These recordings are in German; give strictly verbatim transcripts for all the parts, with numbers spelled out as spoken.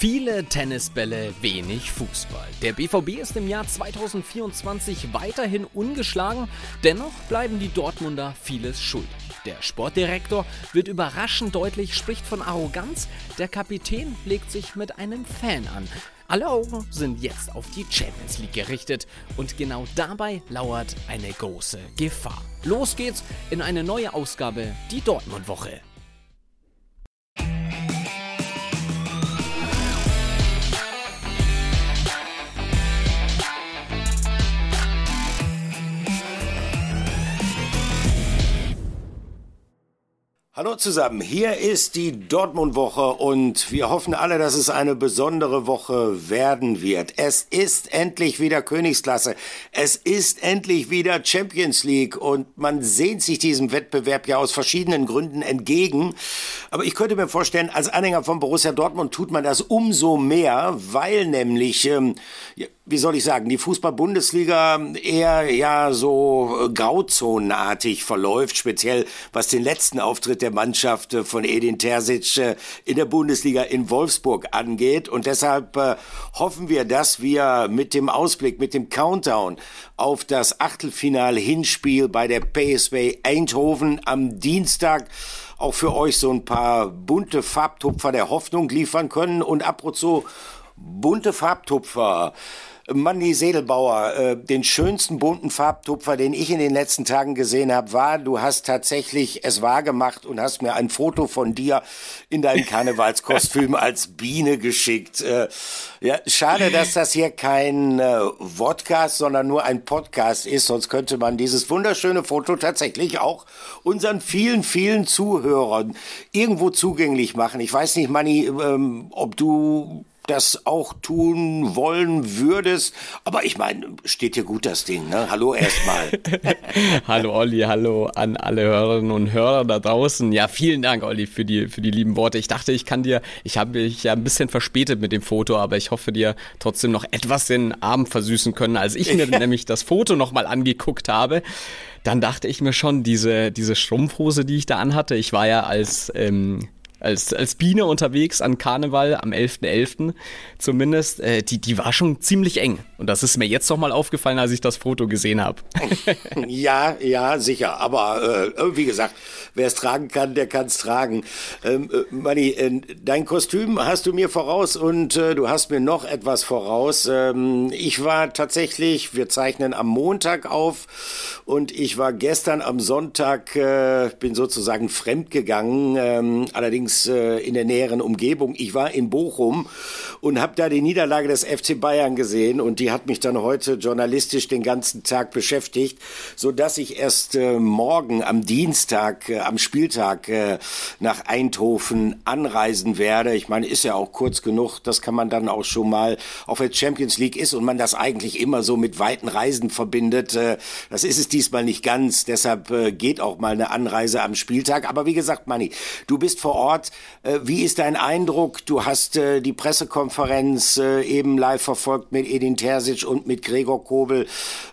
Viele Tennisbälle, wenig Fußball. Der B V B ist im Jahr zweitausendvierundzwanzig weiterhin ungeschlagen, dennoch bleiben die Dortmunder vieles schuldig. Der Sportdirektor wird überraschend deutlich, spricht von Arroganz, der Kapitän legt sich mit einem Fan an. Alle Augen sind jetzt auf die Champions League gerichtet und genau dabei lauert eine große Gefahr. Los geht's in eine neue Ausgabe, die Dortmund-Woche. Hallo zusammen, hier ist die Dortmund-Woche und wir hoffen alle, dass es eine besondere Woche werden wird. Es ist endlich wieder Königsklasse, es ist endlich wieder Champions League und man sehnt sich diesem Wettbewerb ja aus verschiedenen Gründen entgegen. Aber ich könnte mir vorstellen, als Anhänger von Borussia Dortmund tut man das umso mehr, weil nämlich, ähm, wie soll ich sagen, die Fußball-Bundesliga eher ja so grauzonenartig verläuft, speziell was den letzten Auftritt der Mannschaft von Edin Terzic in der Bundesliga in Wolfsburg angeht. Und deshalb äh, hoffen wir, dass wir mit dem Ausblick, mit dem Countdown auf das Achtelfinal-Hinspiel bei der P S V Eindhoven am Dienstag auch für euch so ein paar bunte Farbtupfer der Hoffnung liefern können. Und apropos bunte Farbtupfer, Manni Sedelbauer, äh, den schönsten bunten Farbtupfer, den ich in den letzten Tagen gesehen habe, war, du hast tatsächlich es wahrgemacht und hast mir ein Foto von dir in deinem Karnevalskostüm als Biene geschickt. Äh, ja, schade, dass das hier kein äh, Vodcast, sondern nur ein Podcast ist, sonst könnte man dieses wunderschöne Foto tatsächlich auch unseren vielen, vielen Zuhörern irgendwo zugänglich machen. Ich weiß nicht, Manni, ähm, ob du das auch tun wollen würdest. Aber ich meine, steht hier gut das Ding, ne? Hallo erstmal. Hallo Olli, hallo an alle Hörerinnen und Hörer da draußen. Ja, vielen Dank, Olli, für die für die lieben Worte. Ich dachte, ich kann dir, ich habe mich ja ein bisschen verspätet mit dem Foto, aber ich hoffe dir trotzdem noch etwas den Abend versüßen können. Als ich mir nämlich das Foto nochmal angeguckt habe, dann dachte ich mir schon, diese diese Strumpfhose, die ich da anhatte, ich war ja als ähm, Als, als Biene unterwegs an Karneval am elften elften zumindest, äh, die, die war schon ziemlich eng. Und das ist mir jetzt nochmal aufgefallen, als ich das Foto gesehen habe. Ja, ja, sicher. Aber äh, wie gesagt, wer es tragen kann, der kann es tragen. Ähm, äh, Manni, äh, dein Kostüm hast du mir voraus und äh, du hast mir noch etwas voraus. Ähm, ich war tatsächlich, wir zeichnen am Montag auf und ich war gestern am Sonntag, äh, bin sozusagen fremdgegangen, ähm, allerdings in der näheren Umgebung. Ich war in Bochum und habe da die Niederlage des F C Bayern gesehen und die hat mich dann heute journalistisch den ganzen Tag beschäftigt, sodass ich erst äh, morgen am Dienstag, äh, am Spieltag äh, nach Eindhoven anreisen werde. Ich meine, ist ja auch kurz genug, das kann man dann auch schon mal, auch wenn Champions League ist und man das eigentlich immer so mit weiten Reisen verbindet. Äh, das ist es diesmal nicht ganz, deshalb äh, geht auch mal eine Anreise am Spieltag. Aber wie gesagt, Manni, du bist vor Ort. Wie ist dein Eindruck? Du hast äh, die Pressekonferenz äh, eben live verfolgt mit Edin Terzic und mit Gregor Kobel.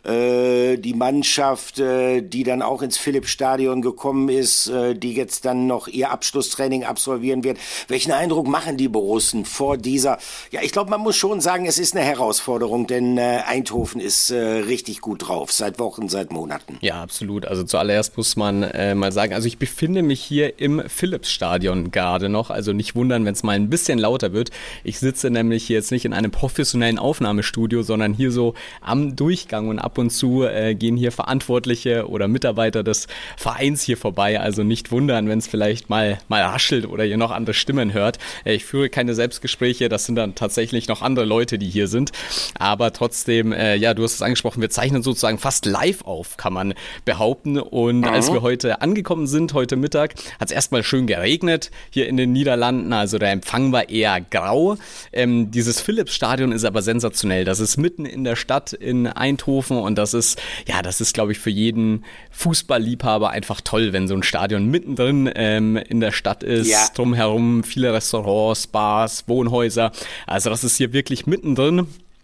Äh, die Mannschaft, äh, die dann auch ins Philips-Stadion gekommen ist, äh, die jetzt dann noch ihr Abschlusstraining absolvieren wird. Welchen Eindruck machen die Borussen vor dieser? Ja, ich glaube, man muss schon sagen, es ist eine Herausforderung, denn äh, Eindhoven ist äh, richtig gut drauf, seit Wochen, seit Monaten. Ja, absolut. Also zuallererst muss man äh, mal sagen, also ich befinde mich hier im Philips-Stadion gerade noch, also nicht wundern, wenn es mal ein bisschen lauter wird. Ich sitze nämlich hier jetzt nicht in einem professionellen Aufnahmestudio, sondern hier so am Durchgang und ab und zu äh, gehen hier Verantwortliche oder Mitarbeiter des Vereins hier vorbei, also nicht wundern, wenn es vielleicht mal mal raschelt oder ihr noch andere Stimmen hört. Äh, ich führe keine Selbstgespräche, das sind dann tatsächlich noch andere Leute, die hier sind, aber trotzdem, äh, ja, du hast es angesprochen, wir zeichnen sozusagen fast live auf, kann man behaupten und mhm. als wir heute angekommen sind, heute Mittag, hat es erstmal schön geregnet, hier in den Niederlanden, also der Empfang war eher grau. Ähm, dieses Philips-Stadion ist aber sensationell. Das ist mitten in der Stadt in Eindhoven und das ist, ja, das ist, glaube ich, für jeden Fußballliebhaber einfach toll, wenn so ein Stadion mittendrin ähm, in der Stadt ist, ja. Drumherum viele Restaurants, Bars, Wohnhäuser. Also das ist hier wirklich mittendrin.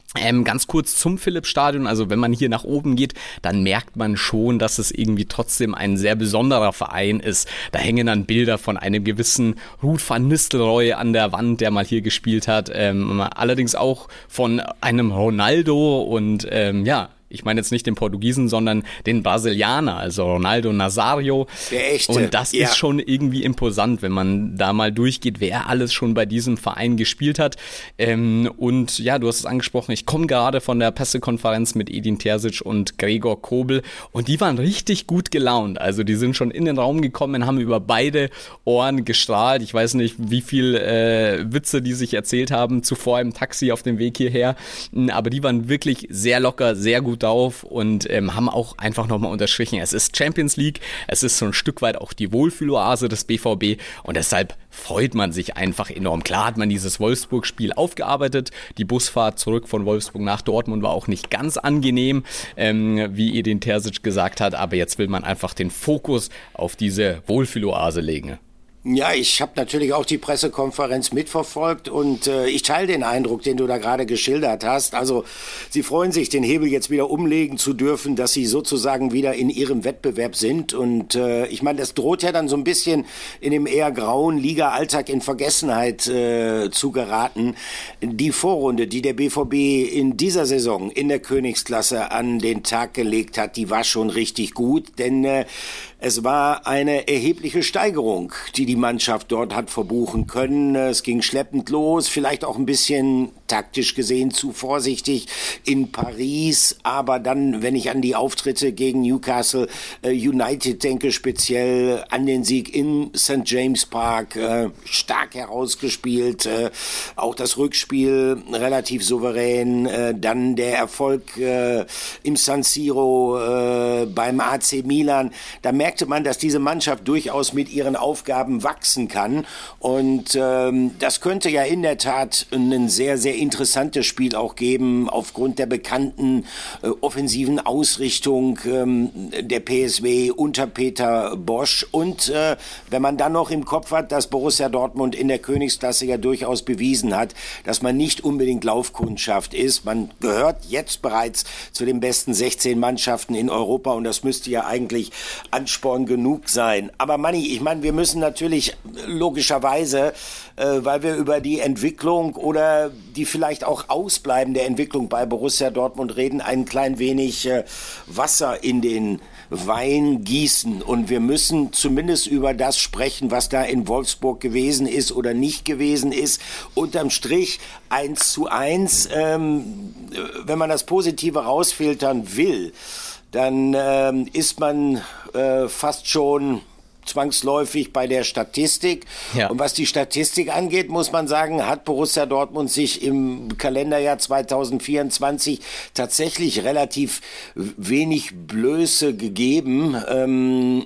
Ähm, ganz kurz zum Philips-Stadion, also wenn man hier nach oben geht, dann merkt man schon, dass es irgendwie trotzdem ein sehr besonderer Verein ist. Da hängen dann Bilder von einem gewissen Ruud van Nistelrooy an der Wand, der mal hier gespielt hat, ähm, allerdings auch von einem Ronaldo und ähm, ja, ich meine jetzt nicht den Portugiesen, sondern den Brasilianer, also Ronaldo Nazário. Der echte. Und das ja. ist schon irgendwie imposant, wenn man da mal durchgeht, wer alles schon bei diesem Verein gespielt hat. Ähm, und ja, du hast es angesprochen, ich komme gerade von der Pressekonferenz mit Edin Terzic und Gregor Kobel und die waren richtig gut gelaunt. Also die sind schon in den Raum gekommen, haben über beide Ohren gestrahlt. Ich weiß nicht, wie viel äh, Witze die sich erzählt haben zuvor im Taxi auf dem Weg hierher, aber die waren wirklich sehr locker, sehr gut auf und ähm, haben auch einfach nochmal unterstrichen, es ist Champions League, es ist so ein Stück weit auch die Wohlfühloase des B V B und deshalb freut man sich einfach enorm. Klar hat man dieses Wolfsburg-Spiel aufgearbeitet, die Busfahrt zurück von Wolfsburg nach Dortmund war auch nicht ganz angenehm, ähm, wie Edin Terzic gesagt hat, aber jetzt will man einfach den Fokus auf diese Wohlfühloase legen. Ja, ich habe natürlich auch die Pressekonferenz mitverfolgt und äh, ich teile den Eindruck, den du da gerade geschildert hast. Also sie freuen sich, den Hebel jetzt wieder umlegen zu dürfen, dass sie sozusagen wieder in ihrem Wettbewerb sind. Und äh, ich meine, das droht ja dann so ein bisschen in dem eher grauen Liga-Alltag in Vergessenheit äh, zu geraten. Die Vorrunde, die der B V B in dieser Saison in der Königsklasse an den Tag gelegt hat, die war schon richtig gut, denn äh, es war eine erhebliche Steigerung, die die Mannschaft dort hat verbuchen können. Es ging schleppend los, vielleicht auch ein bisschen taktisch gesehen zu vorsichtig in Paris. Aber dann, wenn ich an die Auftritte gegen Newcastle äh, United denke, speziell an den Sieg in Sankt James Park, äh, stark herausgespielt. Äh, auch das Rückspiel relativ souverän. Äh, dann der Erfolg äh, im San Siro äh, beim A C Milan. Da merkte man, dass diese Mannschaft durchaus mit ihren Aufgaben wachsen kann. Und ähm, das könnte ja in der Tat ein sehr, sehr interessantes Spiel auch geben, aufgrund der bekannten äh, offensiven Ausrichtung ähm, der P S W unter Peter Bosz. Und äh, wenn man dann noch im Kopf hat, dass Borussia Dortmund in der Königsklasse ja durchaus bewiesen hat, dass man nicht unbedingt Laufkundschaft ist. Man gehört jetzt bereits zu den besten sechzehn Mannschaften in Europa und das müsste ja eigentlich Ansporn genug sein. Aber Manni, ich meine, wir müssen natürlich logischerweise, äh, weil wir über die Entwicklung oder die vielleicht auch ausbleibende Entwicklung bei Borussia Dortmund reden, ein klein wenig äh, Wasser in den Wein gießen. Und wir müssen zumindest über das sprechen, was da in Wolfsburg gewesen ist oder nicht gewesen ist. Unterm Strich eins zu eins, ähm, wenn man das Positive rausfiltern will, dann ähm, ist man äh, fast schon zwangsläufig bei der Statistik. Ja. Und was die Statistik angeht, muss man sagen, hat Borussia Dortmund sich im Kalenderjahr zwanzig vierundzwanzig tatsächlich relativ wenig Blöße gegeben. Ähm,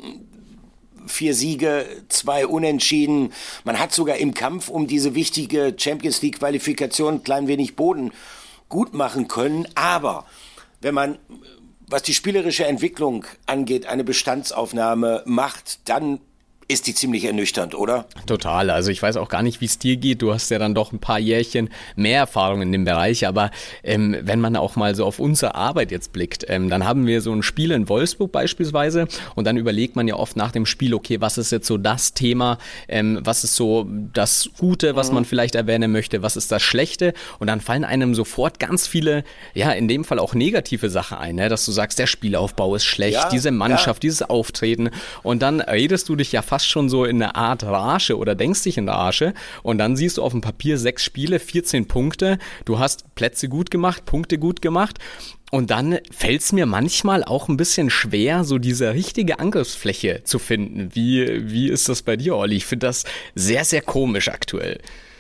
Vier Siege, zwei Unentschieden. Man hat sogar im Kampf um diese wichtige Champions League Qualifikation ein klein wenig Boden gut machen können. Aber wenn man, was die spielerische Entwicklung angeht, eine Bestandsaufnahme macht, dann ist die ziemlich ernüchternd, oder? Total. Also ich weiß auch gar nicht, wie es dir geht. Du hast ja dann doch ein paar Jährchen mehr Erfahrung in dem Bereich. Aber ähm, wenn man auch mal so auf unsere Arbeit jetzt blickt, ähm, dann haben wir so ein Spiel in Wolfsburg beispielsweise und dann überlegt man ja oft nach dem Spiel, okay, was ist jetzt so das Thema, ähm, was ist so das Gute, was mhm. man vielleicht erwähnen möchte, was ist das Schlechte? Und dann fallen einem sofort ganz viele, ja, in dem Fall auch negative Sachen ein, ne? Dass du sagst, der Spielaufbau ist schlecht, ja, diese Mannschaft, ja. dieses Auftreten. Und dann redest du dich ja fast schon so in eine Art Rage oder denkst dich in Rage und dann siehst du auf dem Papier sechs Spiele, vierzehn Punkte, du hast Plätze gut gemacht, Punkte gut gemacht und dann fällt es mir manchmal auch ein bisschen schwer, so diese richtige Angriffsfläche zu finden. Wie, wie ist das bei dir, Olli? Ich finde das sehr, sehr komisch aktuell.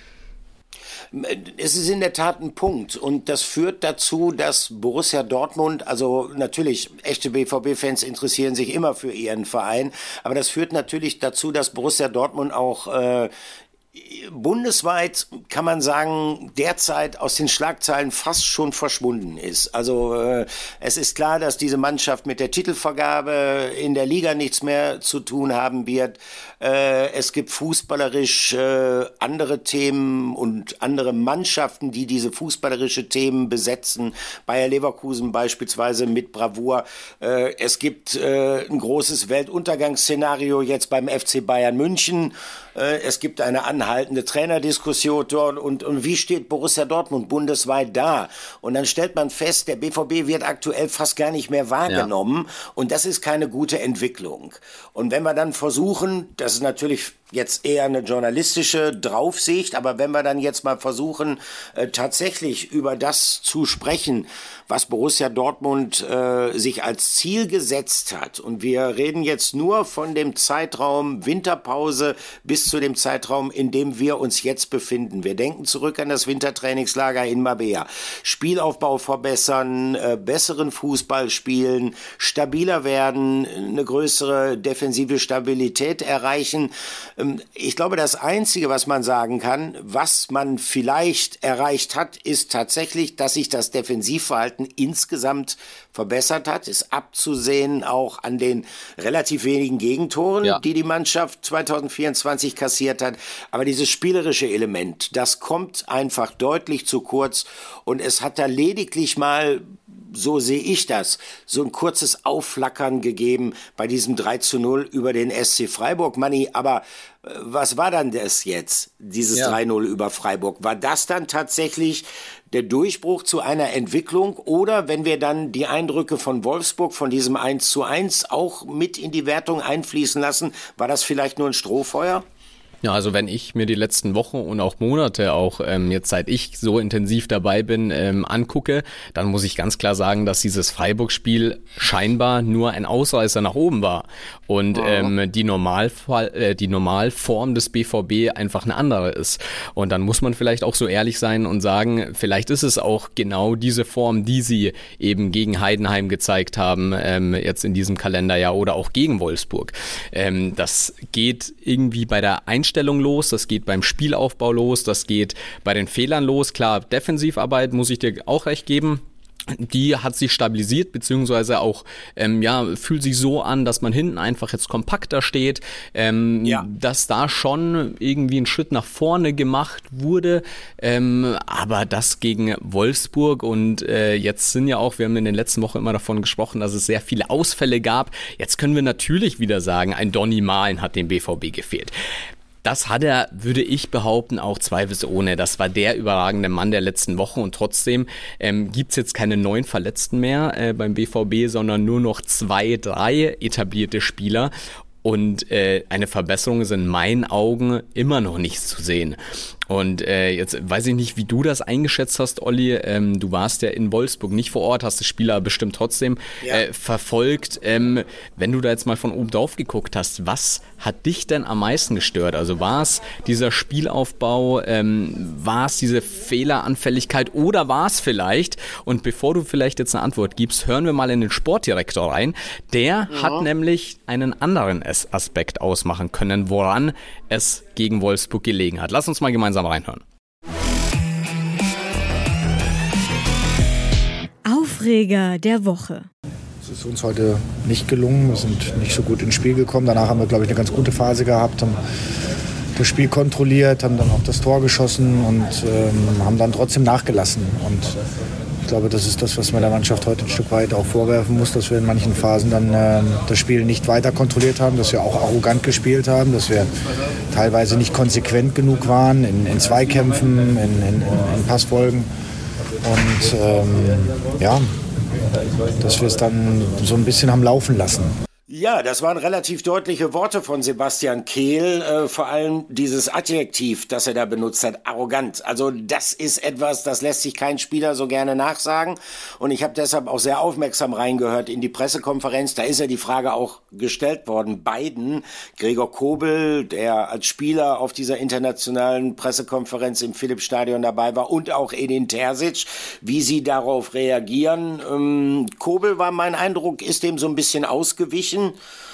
Es ist in der Tat ein Punkt und das führt dazu, dass Borussia Dortmund, also natürlich echte B V B-Fans interessieren sich immer für ihren Verein, aber das führt natürlich dazu, dass Borussia Dortmund auch äh, bundesweit kann man sagen, derzeit aus den Schlagzeilen fast schon verschwunden ist. Also äh, es ist klar, dass diese Mannschaft mit der Titelvergabe in der Liga nichts mehr zu tun haben wird. Äh, es gibt fußballerisch äh, andere Themen und andere Mannschaften, die diese fußballerische Themen besetzen. Bayer Leverkusen beispielsweise mit Bravour. Äh, es gibt äh, ein großes Weltuntergangsszenario jetzt beim F C Bayern München. Äh, es gibt eine anhaltende Trainerdiskussion dort und, und wie steht Borussia Dortmund bundesweit da? Und dann stellt man fest, der B V B wird aktuell fast gar nicht mehr wahrgenommen, ja. Und das ist keine gute Entwicklung. Und wenn wir dann versuchen, das ist natürlich jetzt eher eine journalistische Draufsicht, aber wenn wir dann jetzt mal versuchen, äh, tatsächlich über das zu sprechen, was Borussia Dortmund äh, sich als Ziel gesetzt hat, und wir reden jetzt nur von dem Zeitraum Winterpause bis zu dem Zeitraum, in dem wir uns jetzt befinden. Wir denken zurück an das Wintertrainingslager in Marbella. Spielaufbau verbessern, äh, besseren Fußball spielen, stabiler werden, eine größere defensive Stabilität erreichen. Ich glaube, das Einzige, was man sagen kann, was man vielleicht erreicht hat, ist tatsächlich, dass sich das Defensivverhalten insgesamt verbessert hat. Ist abzusehen auch an den relativ wenigen Gegentoren, ja. die die Mannschaft zwanzig vierundzwanzig kassiert hat. Aber dieses spielerische Element, das kommt einfach deutlich zu kurz. Und es hat da lediglich mal, so sehe ich das, so ein kurzes Aufflackern gegeben bei diesem drei zu null über den S C Freiburg. Manni, aber was war dann das jetzt, dieses ja. drei null über Freiburg? War das dann tatsächlich der Durchbruch zu einer Entwicklung? Oder wenn wir dann die Eindrücke von Wolfsburg, von diesem eins zu eins auch mit in die Wertung einfließen lassen, war das vielleicht nur ein Strohfeuer? Ja, also wenn ich mir die letzten Wochen und auch Monate, auch ähm, jetzt seit ich so intensiv dabei bin, ähm, angucke, dann muss ich ganz klar sagen, dass dieses Freiburg-Spiel scheinbar nur ein Ausreißer nach oben war und oh. ähm, die, Normalfall, äh, die Normalform des B V B einfach eine andere ist. Und dann muss man vielleicht auch so ehrlich sein und sagen, vielleicht ist es auch genau diese Form, die sie eben gegen Heidenheim gezeigt haben, ähm, jetzt in diesem Kalenderjahr oder auch gegen Wolfsburg. Ähm, das geht irgendwie bei der Einstellung los, das geht beim Spielaufbau los, das geht bei den Fehlern los. Klar, Defensivarbeit muss ich dir auch recht geben. Die hat sich stabilisiert, beziehungsweise auch, ähm, ja, fühlt sich so an, dass man hinten einfach jetzt kompakter steht, ähm, ja. dass da schon irgendwie ein Schritt nach vorne gemacht wurde, ähm, aber das gegen Wolfsburg und äh, jetzt sind ja auch, wir haben in den letzten Wochen immer davon gesprochen, dass es sehr viele Ausfälle gab. Jetzt können wir natürlich wieder sagen, ein Donny Malen hat dem B V B gefehlt. Das hat er, würde ich behaupten, auch zweifelsohne. Das war der überragende Mann der letzten Woche und trotzdem ähm, gibt's jetzt keine neuen Verletzten mehr äh, beim B V B, sondern nur noch zwei, drei etablierte Spieler. Und äh, eine Verbesserung ist in meinen Augen immer noch nicht zu sehen. Und äh, jetzt weiß ich nicht, wie du das eingeschätzt hast, Olli. Ähm, du warst ja in Wolfsburg nicht vor Ort, hast das Spiel aber bestimmt trotzdem ja. äh, verfolgt. Ähm, wenn du da jetzt mal von oben drauf geguckt hast, was hat dich denn am meisten gestört? Also war es dieser Spielaufbau, ähm, war es diese Fehleranfälligkeit oder war es vielleicht, und bevor du vielleicht jetzt eine Antwort gibst, hören wir mal in den Sportdirektor rein. Der ja. hat nämlich einen anderen Aspekt ausmachen können, woran es gegen Wolfsburg gelegen hat. Lass uns mal gemeinsam reinhören. Aufreger der Woche. Es ist uns heute nicht gelungen, wir sind nicht so gut ins Spiel gekommen. Danach haben wir, glaube ich, eine ganz gute Phase gehabt, haben das Spiel kontrolliert, haben dann auch das Tor geschossen und ähm, haben dann trotzdem nachgelassen. Und ich glaube, das ist das, was man der Mannschaft heute ein Stück weit auch vorwerfen muss, dass wir in manchen Phasen dann ähm, das Spiel nicht weiter kontrolliert haben, dass wir auch arrogant gespielt haben, dass wir teilweise nicht konsequent genug waren in, in Zweikämpfen, in, in, in Passfolgen. Und ähm, ja, dass wir es dann so ein bisschen haben laufen lassen. Ja, das waren relativ deutliche Worte von Sebastian Kehl, äh, vor allem dieses Adjektiv, das er da benutzt hat, arrogant. Also das ist etwas, das lässt sich kein Spieler so gerne nachsagen und ich habe deshalb auch sehr aufmerksam reingehört in die Pressekonferenz. Da ist ja die Frage auch gestellt worden, beiden, Gregor Kobel, der als Spieler auf dieser internationalen Pressekonferenz im Philips-Stadion dabei war, und auch Edin Terzic, wie sie darauf reagieren. Ähm, Kobel, war mein Eindruck, ist dem so ein bisschen ausgewichen.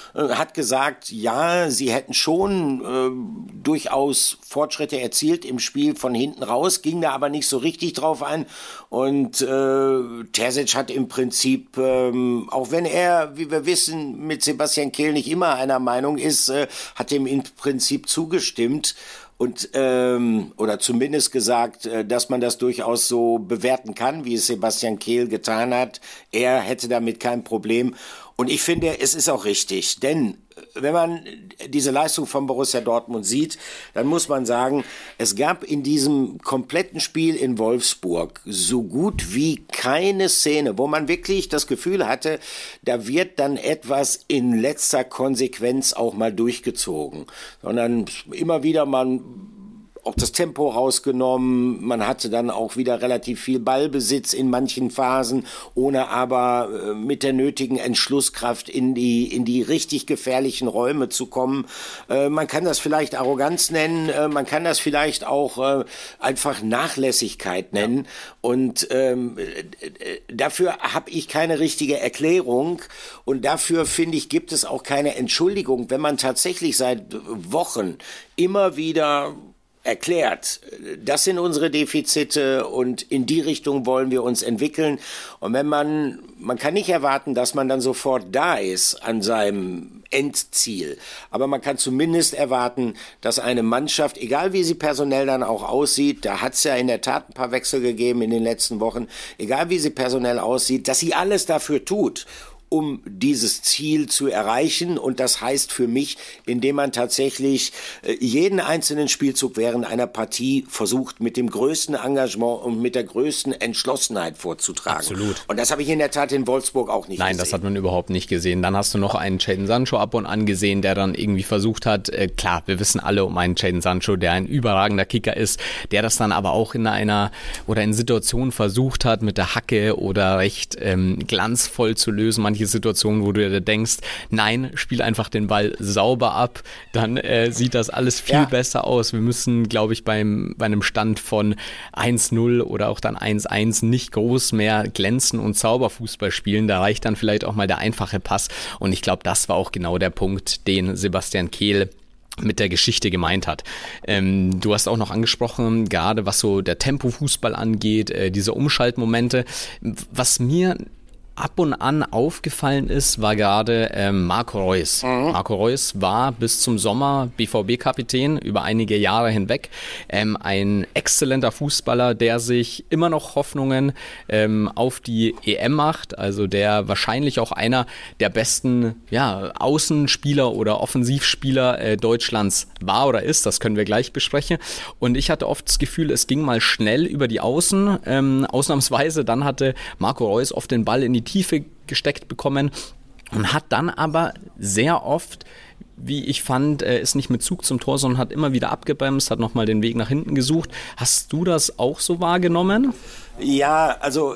äh, hat gesagt, ja, sie hätten schon äh, durchaus Fortschritte erzielt im Spiel von hinten raus, ging da aber nicht so richtig drauf ein. Und äh, Terzic hat im Prinzip, ähm, auch wenn er, wie wir wissen, mit Sebastian Kehl nicht immer einer Meinung ist, äh, hat ihm im Prinzip zugestimmt. Und ähm, oder zumindest gesagt, äh, dass man das durchaus so bewerten kann, wie es Sebastian Kehl getan hat. Er hätte damit kein Problem. Und ich finde, es ist auch richtig, denn wenn man diese Leistung von Borussia Dortmund sieht, dann muss man sagen, es gab in diesem kompletten Spiel in Wolfsburg so gut wie keine Szene, wo man wirklich das Gefühl hatte, da wird dann etwas in letzter Konsequenz auch mal durchgezogen, sondern immer wieder man auch das Tempo rausgenommen, man hatte dann auch wieder relativ viel Ballbesitz in manchen Phasen, ohne aber äh, mit der nötigen Entschlusskraft in die in die richtig gefährlichen Räume zu kommen. Äh, man kann das vielleicht Arroganz nennen, äh, man kann das vielleicht auch äh, einfach Nachlässigkeit nennen. Ja. Und ähm, äh, dafür habe ich keine richtige Erklärung und dafür, finde ich, gibt es auch keine Entschuldigung, wenn man tatsächlich seit Wochen immer wieder erklärt, das sind unsere Defizite und in die Richtung wollen wir uns entwickeln. Und wenn man, man kann nicht erwarten, dass man dann sofort da ist an seinem Endziel. Aber man kann zumindest erwarten, dass eine Mannschaft, egal wie sie personell dann auch aussieht, da hat es ja in der Tat ein paar Wechsel gegeben in den letzten Wochen, egal wie sie personell aussieht, dass sie alles dafür tut, um dieses Ziel zu erreichen. Und das heißt für mich, indem man tatsächlich jeden einzelnen Spielzug während einer Partie versucht, mit dem größten Engagement und mit der größten Entschlossenheit vorzutragen. Absolut. Und das habe ich in der Tat in Wolfsburg auch nicht Nein, gesehen. Nein, das hat man überhaupt nicht gesehen. Dann hast du noch einen Jadon Sancho ab und an gesehen, der dann irgendwie versucht hat, äh, klar, wir wissen alle um einen Jadon Sancho, der ein überragender Kicker ist, der das dann aber auch in einer oder in Situationen versucht hat, mit der Hacke oder recht ähm, glanzvoll zu lösen. Manche Situationen, wo du dir denkst, nein, spiel einfach den Ball sauber ab, dann äh, sieht das alles viel ja. besser aus. Wir müssen, glaube ich, beim, bei einem Stand von eins null oder auch dann eins eins nicht groß mehr glänzen und Zauberfußball spielen. Da reicht dann vielleicht auch mal der einfache Pass. Und ich glaube, das war auch genau der Punkt, den Sebastian Kehl mit der Geschichte gemeint hat. Ähm, du hast auch noch angesprochen, gerade was so der Tempo-Fußball angeht, äh, diese Umschaltmomente. Was mir ab und an aufgefallen ist, war gerade ähm, Marco Reus. Mhm. Marco Reus war bis zum Sommer B V B-Kapitän über einige Jahre hinweg. Ähm, ein exzellenter Fußballer, der sich immer noch Hoffnungen ähm, auf die E M macht. Also der wahrscheinlich auch einer der besten ja, Außenspieler oder Offensivspieler äh, Deutschlands war oder ist. Das können wir gleich besprechen. Und ich hatte oft das Gefühl, es ging mal schnell über die Außen. Ähm, ausnahmsweise dann hatte Marco Reus oft den Ball in die Tiefe gesteckt bekommen und hat dann aber sehr oft, wie ich fand, ist nicht mit Zug zum Tor, sondern hat immer wieder abgebremst, hat nochmal den Weg nach hinten gesucht. Hast du das auch so wahrgenommen? Ja, also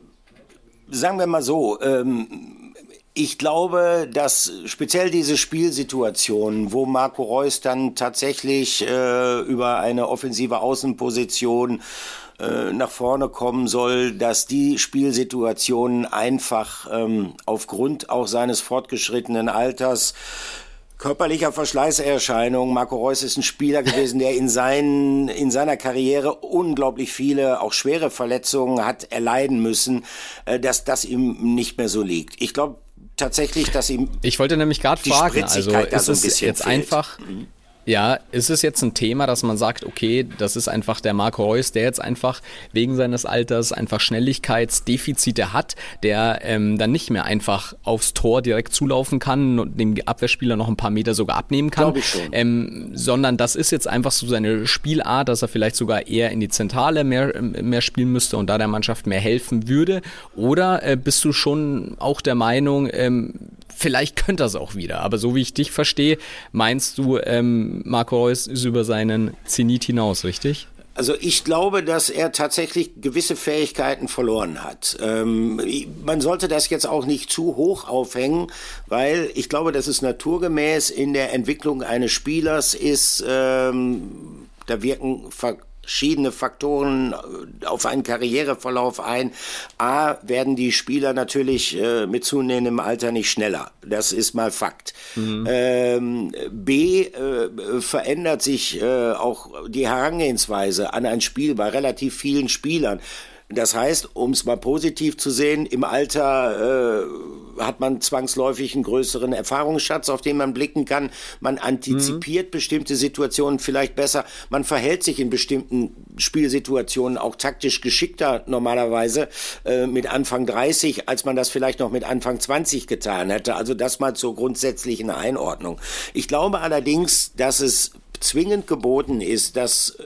sagen wir mal so, ähm ich glaube, dass speziell diese Spielsituationen, wo Marco Reus dann tatsächlich äh, über eine offensive Außenposition äh, nach vorne kommen soll, dass die Spielsituationen einfach ähm, aufgrund auch seines fortgeschrittenen Alters, körperlicher Verschleißerscheinung. Marco Reus ist ein Spieler gewesen, der in, seinen, in seiner Karriere unglaublich viele, auch schwere Verletzungen hat erleiden müssen, äh, dass das ihm nicht mehr so liegt. Ich glaube, tatsächlich, dass ihm Ich wollte nämlich gerade fragen, also ist es jetzt fehlt. einfach, mhm. ja, ist es jetzt ein Thema, dass man sagt, okay, das ist einfach der Marco Reus, der jetzt einfach wegen seines Alters einfach Schnelligkeitsdefizite hat, der ähm, dann nicht mehr einfach aufs Tor direkt zulaufen kann und dem Abwehrspieler noch ein paar Meter sogar abnehmen kann, Glaube ich schon. Ähm, sondern das ist jetzt einfach so seine Spielart, dass er vielleicht sogar eher in die Zentrale mehr, mehr spielen müsste und da der Mannschaft mehr helfen würde, oder äh, bist du schon auch der Meinung, ähm, vielleicht könnte er es auch wieder, aber so wie ich dich verstehe, meinst du, ähm, Marco Reus ist über seinen Zenit hinaus, richtig? Also ich glaube, dass er tatsächlich gewisse Fähigkeiten verloren hat. Ähm, man sollte das jetzt auch nicht zu hoch aufhängen, weil ich glaube, dass es naturgemäß in der Entwicklung eines Spielers ist, ähm, da wirken Ver- verschiedene Faktoren auf einen Karriereverlauf ein. A, werden die Spieler natürlich äh, mit zunehmendem Alter nicht schneller. Das ist mal Fakt. Mhm. Ähm, B, äh, verändert sich äh, auch die Herangehensweise an ein Spiel bei relativ vielen Spielern. Das heißt, um es mal positiv zu sehen, im Alter äh, hat man zwangsläufig einen größeren Erfahrungsschatz, auf den man blicken kann. Man antizipiert mhm. bestimmte Situationen vielleicht besser. Man verhält sich in bestimmten Spielsituationen auch taktisch geschickter normalerweise äh, mit Anfang dreißig, als man das vielleicht noch mit Anfang zwanzig getan hätte. Also das mal zur grundsätzlichen Einordnung. Ich glaube allerdings, dass es zwingend geboten ist, dass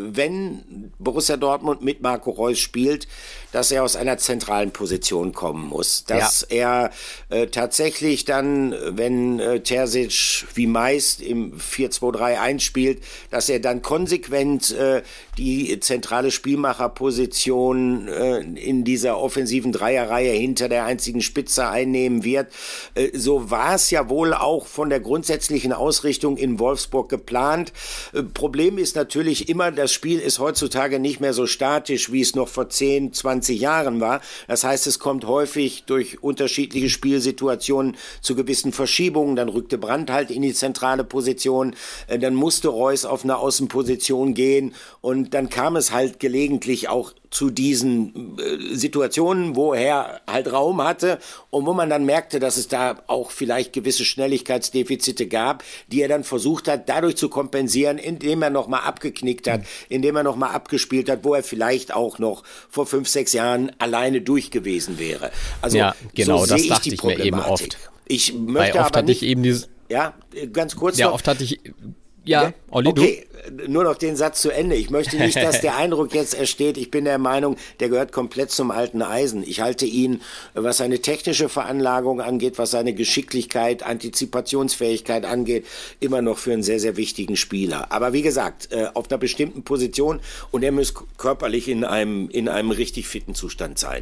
wenn Borussia Dortmund mit Marco Reus spielt, dass er aus einer zentralen Position kommen muss. Dass ja. er äh, tatsächlich dann, wenn äh, Terzic wie meist im vier zwei drei eins spielt, dass er dann konsequent äh, die zentrale Spielmacherposition äh, in dieser offensiven Dreierreihe hinter der einzigen Spitze einnehmen wird. Äh, so war es ja wohl auch von der grundsätzlichen Ausrichtung in Wolfsburg geplant. Äh, Problem ist natürlich immer, das Spiel ist heutzutage nicht mehr so statisch, wie es noch vor zehn, zwanzig Jahren war. Das heißt, es kommt häufig durch unterschiedliche Spielsituationen zu gewissen Verschiebungen. Dann rückte Brandt halt in die zentrale Position. Dann musste Reus auf eine Außenposition gehen. Und dann kam es halt gelegentlich auch zu diesen äh, Situationen, wo er halt Raum hatte und wo man dann merkte, dass es da auch vielleicht gewisse Schnelligkeitsdefizite gab, die er dann versucht hat, dadurch zu kompensieren, indem er nochmal abgeknickt hat, indem er nochmal abgespielt hat, wo er vielleicht auch noch vor fünf, sechs Jahren alleine durch gewesen wäre. Also ja, genau, so das sehe ich dachte die ich mir eben Problematik. oft. Ich möchte Weil oft aber hatte nicht, ich eben dieses, ja, ganz kurz ja, noch. oft hatte ich, ja, Olli, okay, du? Nur noch den Satz zu Ende. Ich möchte nicht, dass der Eindruck jetzt entsteht, ich bin der Meinung, der gehört komplett zum alten Eisen. Ich halte ihn, was seine technische Veranlagung angeht, was seine Geschicklichkeit, Antizipationsfähigkeit angeht, immer noch für einen sehr, sehr wichtigen Spieler. Aber wie gesagt, auf einer bestimmten Position und er muss körperlich in einem, in einem richtig fitten Zustand sein.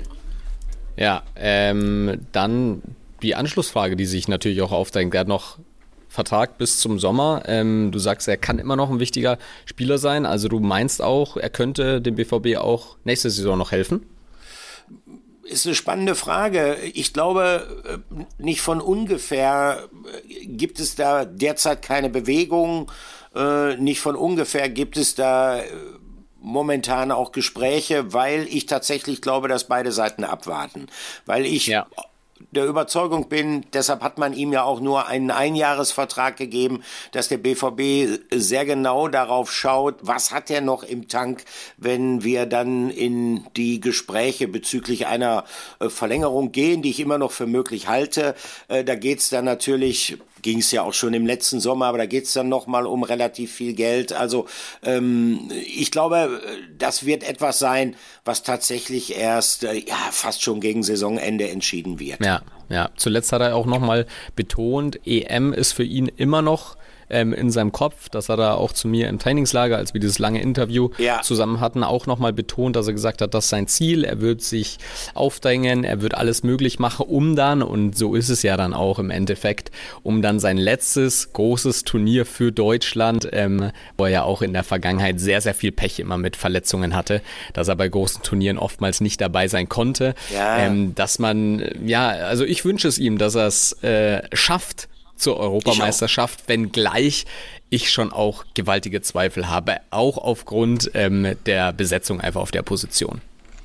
Ja, ähm, dann die Anschlussfrage, die sich natürlich auch aufdrängt. Er hat noch Vertrag bis zum Sommer. Ähm, du sagst, er kann immer noch ein wichtiger Spieler sein. Also du meinst auch, er könnte dem B V B auch nächste Saison noch helfen? Ist eine spannende Frage. Ich glaube, nicht von ungefähr gibt es da derzeit keine Bewegung. Nicht von ungefähr gibt es da momentan auch Gespräche, weil ich tatsächlich glaube, dass beide Seiten abwarten. Weil ich ja. der Überzeugung bin, deshalb hat man ihm ja auch nur einen Einjahresvertrag gegeben, dass der B V B sehr genau darauf schaut, was hat er noch im Tank, wenn wir dann in die Gespräche bezüglich einer Verlängerung gehen, die ich immer noch für möglich halte. Da geht's dann natürlich, ging es ja auch schon im letzten Sommer, aber da geht's dann nochmal um relativ viel Geld. Also ähm, ich glaube, das wird etwas sein, was tatsächlich erst äh, ja fast schon gegen Saisonende entschieden wird. Ja, ja. Zuletzt hat er auch nochmal betont, E M ist für ihn immer noch ähm, in seinem Kopf. Das hat er auch zu mir im Trainingslager, als wir dieses lange Interview ja. zusammen hatten, auch nochmal betont, dass er gesagt hat, das ist sein Ziel. Er wird sich aufdrängen, er wird alles möglich machen, um dann, und so ist es ja dann auch im Endeffekt, um dann sein letztes großes Turnier für Deutschland, ähm, wo er ja auch in der Vergangenheit sehr, sehr viel Pech immer mit Verletzungen hatte, dass er bei großen Turnieren oftmals nicht dabei sein konnte. Ja. Ähm, dass man, ja, also ich wünsche es ihm, dass er es äh, schafft, zur Europameisterschaft, wenngleich ich schon auch gewaltige Zweifel habe, auch aufgrund ähm, der Besetzung einfach auf der Position.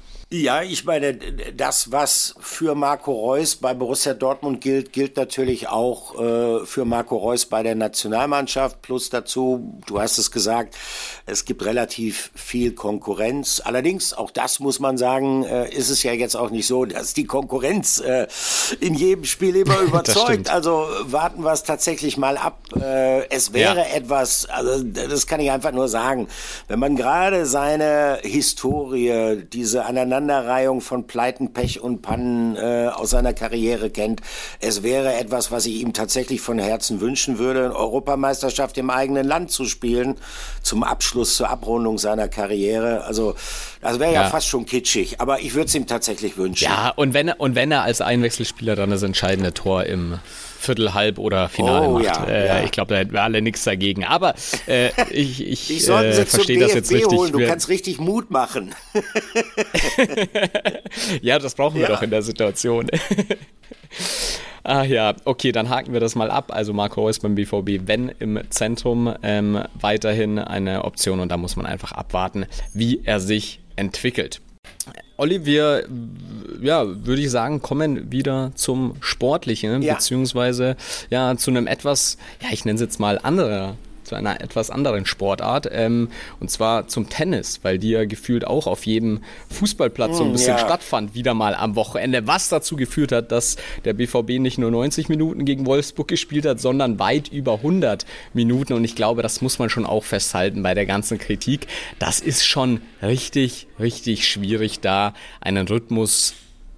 Ja, ich meine, das, was für Marco Reus bei Borussia Dortmund gilt, gilt natürlich auch äh, für Marco Reus bei der Nationalmannschaft. Plus dazu, du hast es gesagt, es gibt relativ viel Konkurrenz. Allerdings, auch das muss man sagen, äh, ist es ja jetzt auch nicht so, dass die Konkurrenz äh, in jedem Spiel immer überzeugt. Also warten wir es tatsächlich mal ab. Äh, es wäre ja. etwas, also das kann ich einfach nur sagen, wenn man gerade seine Historie, diese aneinander Aneinanderreihung von Pleiten, Pech und Pannen äh, aus seiner Karriere kennt. Es wäre etwas, was ich ihm tatsächlich von Herzen wünschen würde, eine Europameisterschaft im eigenen Land zu spielen, zum Abschluss, zur Abrundung seiner Karriere. Also das wäre ja. ja fast schon kitschig, aber ich würde es ihm tatsächlich wünschen. Ja, und wenn, und wenn er als Einwechselspieler dann das entscheidende Tor im Viertel, Halb oder Finale oh, macht. Ja, äh, ja. Ich glaube, da hätten wir alle nichts dagegen. Aber äh, ich, ich, ich sollten sie äh, verstehe das jetzt richtig. Holen. Du kannst richtig Mut machen. Ja, das brauchen wir ja. doch in der Situation. Ah ja, okay, dann haken wir das mal ab. Also Marco Reus beim B V B, wenn im Zentrum, ähm, weiterhin eine Option und da muss man einfach abwarten, wie er sich entwickelt. Olli, wir, ja, würde ich sagen, kommen wieder zum Sportlichen, ja. beziehungsweise ja, zu einem etwas, ja, ich nenne es jetzt mal anderer, zu einer etwas anderen Sportart, ähm, und zwar zum Tennis, weil die ja gefühlt auch auf jedem Fußballplatz so ein bisschen ja. stattfand, wieder mal am Wochenende, was dazu geführt hat, dass der B V B nicht nur neunzig Minuten gegen Wolfsburg gespielt hat, sondern weit über hundert Minuten und ich glaube, das muss man schon auch festhalten bei der ganzen Kritik. Das ist schon richtig, richtig schwierig, da einen Rhythmus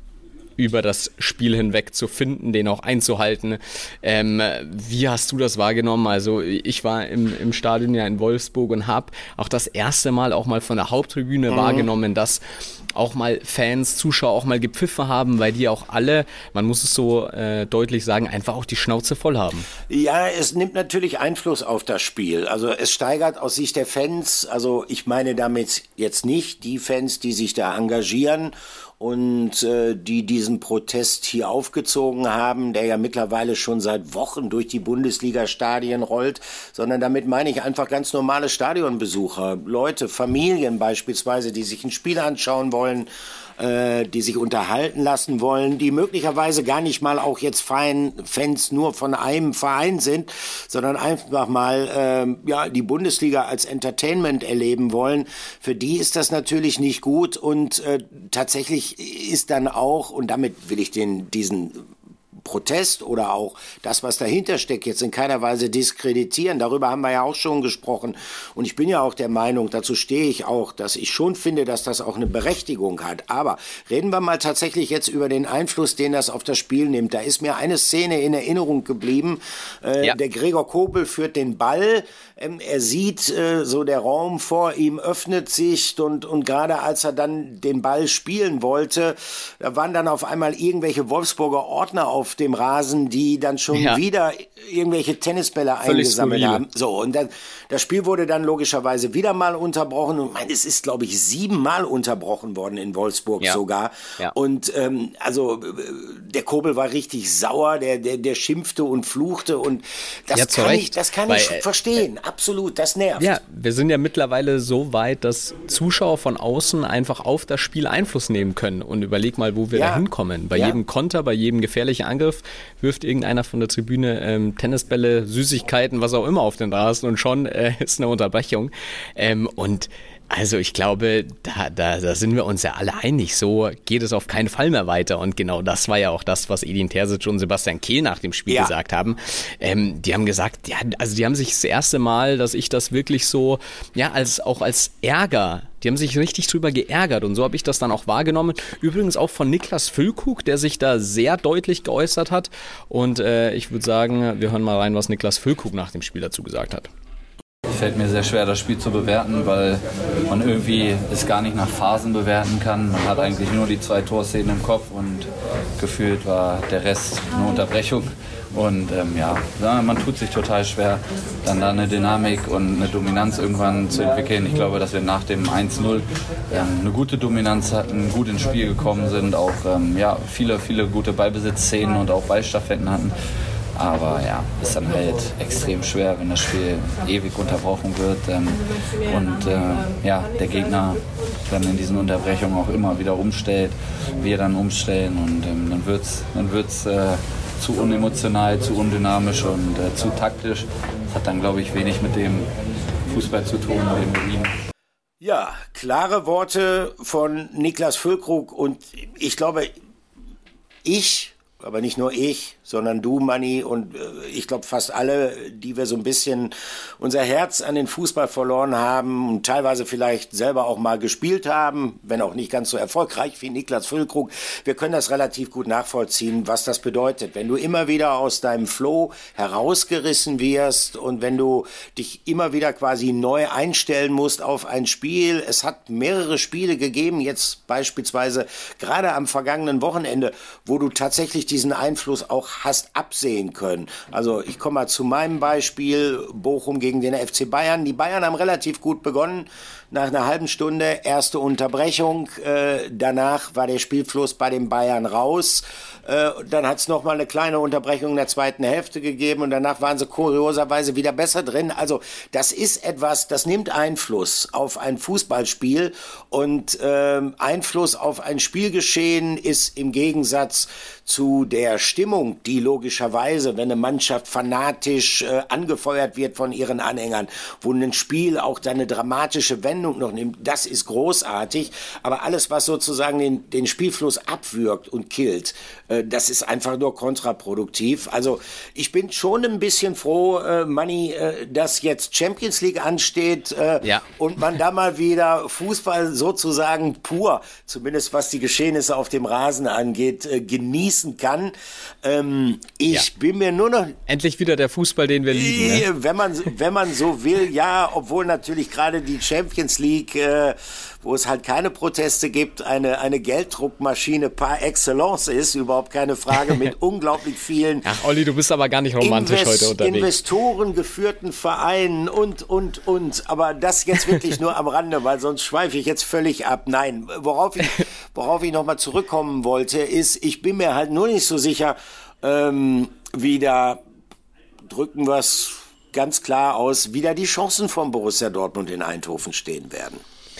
über das Spiel hinweg zu finden, den auch einzuhalten. Ähm, wie hast du das wahrgenommen? Also ich war im, im Stadion ja in Wolfsburg und habe auch das erste Mal auch mal von der Haupttribüne mhm. wahrgenommen, dass auch mal Fans, Zuschauer auch mal gepfiffen haben, weil die auch alle, man muss es so äh, deutlich sagen, einfach auch die Schnauze voll haben. Ja, es nimmt natürlich Einfluss auf das Spiel. Also es steigert aus Sicht der Fans, also ich meine damit jetzt nicht die Fans, die sich da engagieren und äh, die diesen Protest hier aufgezogen haben, der ja mittlerweile schon seit Wochen durch die Bundesliga-Stadien rollt, sondern damit meine ich einfach ganz normale Stadionbesucher, Leute, Familien beispielsweise, die sich ein Spiel anschauen wollen, äh, die sich unterhalten lassen wollen, die möglicherweise gar nicht mal auch jetzt Fans nur von einem Verein sind, sondern einfach mal äh, ja die Bundesliga als Entertainment erleben wollen. Für die ist das natürlich nicht gut und äh, tatsächlich ist dann auch, und damit will ich den diesen Protest oder auch das, was dahinter steckt, jetzt in keiner Weise diskreditieren. Darüber haben wir ja auch schon gesprochen. Und ich bin ja auch der Meinung, dazu stehe ich auch, dass ich schon finde, dass das auch eine Berechtigung hat. Aber reden wir mal tatsächlich jetzt über den Einfluss, den das auf das Spiel nimmt. Da ist mir eine Szene in Erinnerung geblieben. Äh, ja. Der Gregor Kobel führt den Ball. Ähm, er sieht äh, so, der Raum vor ihm öffnet sich und, und gerade als er dann den Ball spielen wollte, da waren dann auf einmal irgendwelche Wolfsburger Ordner auf dem Rasen, die dann schon ja. wieder irgendwelche Tennisbälle Völlig eingesammelt skurril. haben. So, und dann, das Spiel wurde dann logischerweise wieder mal unterbrochen. Und ich meine, es ist, glaube ich, siebenmal unterbrochen worden in Wolfsburg ja. sogar. Ja. Und ähm, also der Kobel war richtig sauer, der, der, der schimpfte und fluchte. Und das ja, kann ich, das kann Weil, ich verstehen. Äh, Absolut, das nervt. Ja, wir sind ja mittlerweile so weit, dass Zuschauer von außen einfach auf das Spiel Einfluss nehmen können. Und überleg mal, wo wir ja. da hinkommen. Bei ja. jedem Konter, bei jedem gefährlichen Angriff wirft irgendeiner von der Tribüne ähm, Tennisbälle, Süßigkeiten, was auch immer auf den Rasen und schon äh, ist eine Unterbrechung. Ähm, und also ich glaube, da, da, da sind wir uns ja alle einig, so geht es auf keinen Fall mehr weiter und genau das war ja auch das, was Edin Terzic und Sebastian Kehl nach dem Spiel ja. gesagt haben. Ähm, die haben gesagt, ja, also die haben sich das erste Mal, dass ich das wirklich so, ja, als auch als Ärger, die haben sich richtig drüber geärgert und so habe ich das dann auch wahrgenommen. Übrigens auch von Niklas Füllkrug, der sich da sehr deutlich geäußert hat und äh, ich würde sagen, wir hören mal rein, was Niklas Füllkrug nach dem Spiel dazu gesagt hat. Fällt mir sehr schwer, das Spiel zu bewerten, weil man irgendwie es gar nicht nach Phasen bewerten kann. Man hat eigentlich nur die zwei Torszenen im Kopf und gefühlt war der Rest eine Unterbrechung. Und ähm, ja, man tut sich total schwer, dann da eine Dynamik und eine Dominanz irgendwann zu entwickeln. Ich glaube, dass wir nach dem eins null ähm, eine gute Dominanz hatten, gut ins Spiel gekommen sind, auch ähm, ja, viele, viele gute Ballbesitzszenen und auch Ballstaffetten hatten. Aber ja, ist dann halt extrem schwer, wenn das Spiel ewig unterbrochen wird ähm, und äh, ja, der Gegner dann in diesen Unterbrechungen auch immer wieder umstellt, wir dann umstellen und ähm, dann wird es dann wird's, äh, zu unemotional, zu undynamisch und äh, zu taktisch. Das hat dann, glaube ich, wenig mit dem Fußball zu tun, mit dem Berlin. Ja, klare Worte von Niklas Füllkrug und ich glaube, ich, aber nicht nur ich, sondern du, Manni, und äh, ich glaube fast alle, die wir so ein bisschen unser Herz an den Fußball verloren haben und teilweise vielleicht selber auch mal gespielt haben, wenn auch nicht ganz so erfolgreich wie Niklas Füllkrug. Wir können das relativ gut nachvollziehen, was das bedeutet. Wenn du immer wieder aus deinem Flow herausgerissen wirst und wenn du dich immer wieder quasi neu einstellen musst auf ein Spiel. Es hat mehrere Spiele gegeben, jetzt beispielsweise gerade am vergangenen Wochenende, wo du tatsächlich diesen Einfluss auch hast absehen können. Also ich komme mal zu meinem Beispiel, Bochum gegen den F C Bayern. Die Bayern haben relativ gut begonnen. Nach einer halben Stunde erste Unterbrechung. Äh, danach war der Spielfluss bei den Bayern raus. Äh, dann hat es nochmal eine kleine Unterbrechung in der zweiten Hälfte gegeben und danach waren sie kurioserweise wieder besser drin. Also das ist etwas, das nimmt Einfluss auf ein Fußballspiel und äh, Einfluss auf ein Spielgeschehen ist im Gegensatz zu der Stimmung, die logischerweise, wenn eine Mannschaft fanatisch äh, angefeuert wird von ihren Anhängern, wo ein Spiel auch eine dramatische Wendung noch nimmt, das ist großartig. Aber alles, was sozusagen den, den Spielfluss abwürgt und killt, äh, das ist einfach nur kontraproduktiv. Also ich bin schon ein bisschen froh, äh, Manni, äh, dass jetzt Champions League ansteht äh, ja. und man da mal wieder Fußball sozusagen pur, zumindest was die Geschehnisse auf dem Rasen angeht, äh, genießt kann. Ähm, ich ja. bin mir nur noch... Endlich wieder der Fußball, den wir lieben. Ne? Wenn man, wenn man so will, ja, obwohl natürlich gerade die Champions League, äh, wo es halt keine Proteste gibt, eine, eine Gelddruckmaschine par excellence ist, überhaupt keine Frage, mit unglaublich vielen... Ach, Olli, du bist aber gar nicht romantisch Invest- heute unterwegs. Investoren geführten Vereinen und, und, und. Aber das jetzt wirklich nur am Rande, weil sonst schweife ich jetzt völlig ab. Nein, worauf ich, worauf ich nochmal zurückkommen wollte, ist, ich bin mir halt nur nicht so sicher, ähm, wie da, drücken wir es ganz klar aus, wie da die Chancen von Borussia Dortmund in Eindhoven stehen werden.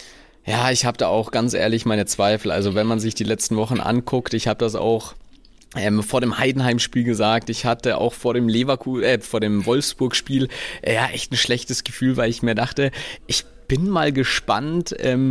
Ja, ich habe da auch ganz ehrlich meine Zweifel. Also wenn man sich die letzten Wochen anguckt, ich habe das auch ähm, vor dem Heidenheim-Spiel gesagt, ich hatte auch vor dem Leverkusen, äh, vor dem Wolfsburg-Spiel äh, ja echt ein schlechtes Gefühl, weil ich mir dachte, ich bin mal gespannt, ähm,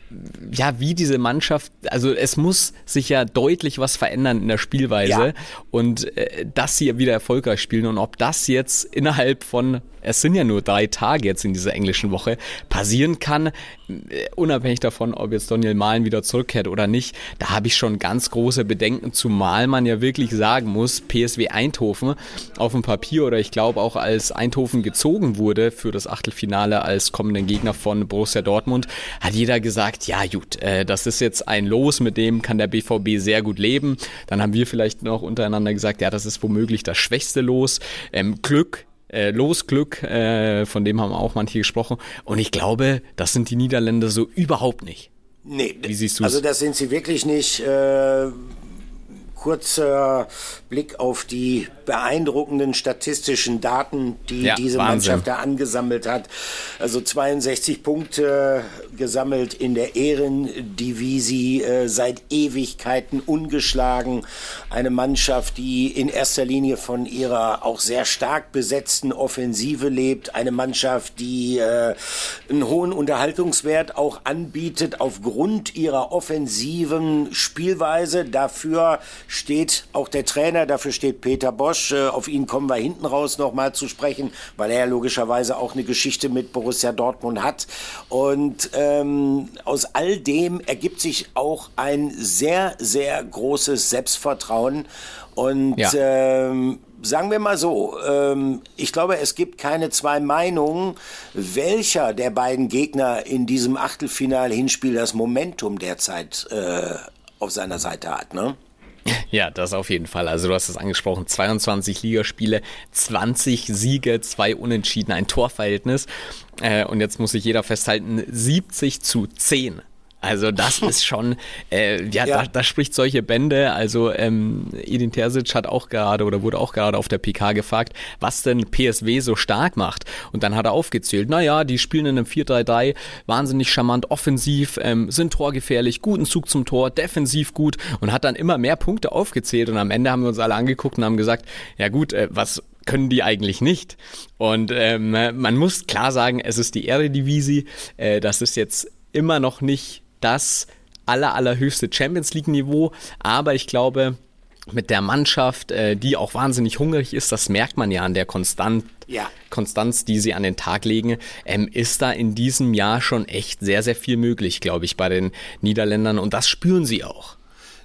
ja, wie diese Mannschaft, also es muss sich ja deutlich was verändern in der Spielweise ja. und äh, dass sie wieder erfolgreich spielen und ob das jetzt innerhalb von, es sind ja nur drei Tage jetzt in dieser englischen Woche, passieren kann, äh, unabhängig davon, ob jetzt Daniel Mahlen wieder zurückkehrt oder nicht, da habe ich schon ganz große Bedenken, zumal man ja wirklich sagen muss, P S V Eindhoven auf dem Papier oder ich glaube auch als Eindhoven gezogen wurde für das Achtelfinale als kommenden Gegner von Borussia Dortmund, hat jeder gesagt, ja gut, äh, das ist jetzt ein Los, mit dem kann der B V B sehr gut leben. Dann haben wir vielleicht noch untereinander gesagt, ja, das ist womöglich das schwächste Los. Ähm, Glück, äh, Losglück, äh, von dem haben auch manche gesprochen. Und ich glaube, das sind die Niederländer so überhaupt nicht. Nee, wie siehst du es? Also das sind sie wirklich nicht. Äh, kurzer Blick auf die beeindruckenden statistischen Daten, die ja, diese Wahnsinn. Mannschaft da angesammelt hat. Also zweiundsechzig Punkte gesammelt in der Ehrendivisie, äh, seit Ewigkeiten ungeschlagen. Eine Mannschaft, die in erster Linie von ihrer auch sehr stark besetzten Offensive lebt. Eine Mannschaft, die äh, einen hohen Unterhaltungswert auch anbietet aufgrund ihrer offensiven Spielweise. Dafür steht auch der Trainer, dafür steht Peter Bosch. Auf ihn kommen wir hinten raus nochmal zu sprechen, weil er logischerweise auch eine Geschichte mit Borussia Dortmund hat. Und ähm, aus all dem ergibt sich auch ein sehr, sehr großes Selbstvertrauen. Und ja. ähm, sagen wir mal so, ähm, ich glaube, es gibt keine zwei Meinungen, welcher der beiden Gegner in diesem Achtelfinal-Hinspiel das Momentum derzeit äh, auf seiner Seite hat, ne? Ja, das auf jeden Fall. Also du hast es angesprochen, zweiundzwanzig Ligaspiele, zwanzig Siege, zwei Unentschieden, ein Torverhältnis. Äh, und jetzt muss sich jeder festhalten, siebzig zu zehn. Also das ist schon, äh, ja, ja. Da, da spricht solche Bände. Also ähm, Edin Terzic hat auch gerade oder wurde auch gerade auf der P K gefragt, was denn P S V so stark macht. Und dann hat er aufgezählt, naja, die spielen in einem vier drei drei, wahnsinnig charmant, offensiv, ähm, sind torgefährlich, guten Zug zum Tor, defensiv gut und hat dann immer mehr Punkte aufgezählt. Und am Ende haben wir uns alle angeguckt und haben gesagt, ja gut, äh, was können die eigentlich nicht? Und ähm, man muss klar sagen, es ist die Eredivisie, äh, das ist jetzt immer noch nicht das aller, allerhöchste Champions-League-Niveau, aber ich glaube, mit der Mannschaft, äh, die auch wahnsinnig hungrig ist, das merkt man ja an der Konstant, ja. Konstanz, die sie an den Tag legen, ähm, ist da in diesem Jahr schon echt sehr, sehr viel möglich, glaube ich, bei den Niederländern und das spüren sie auch.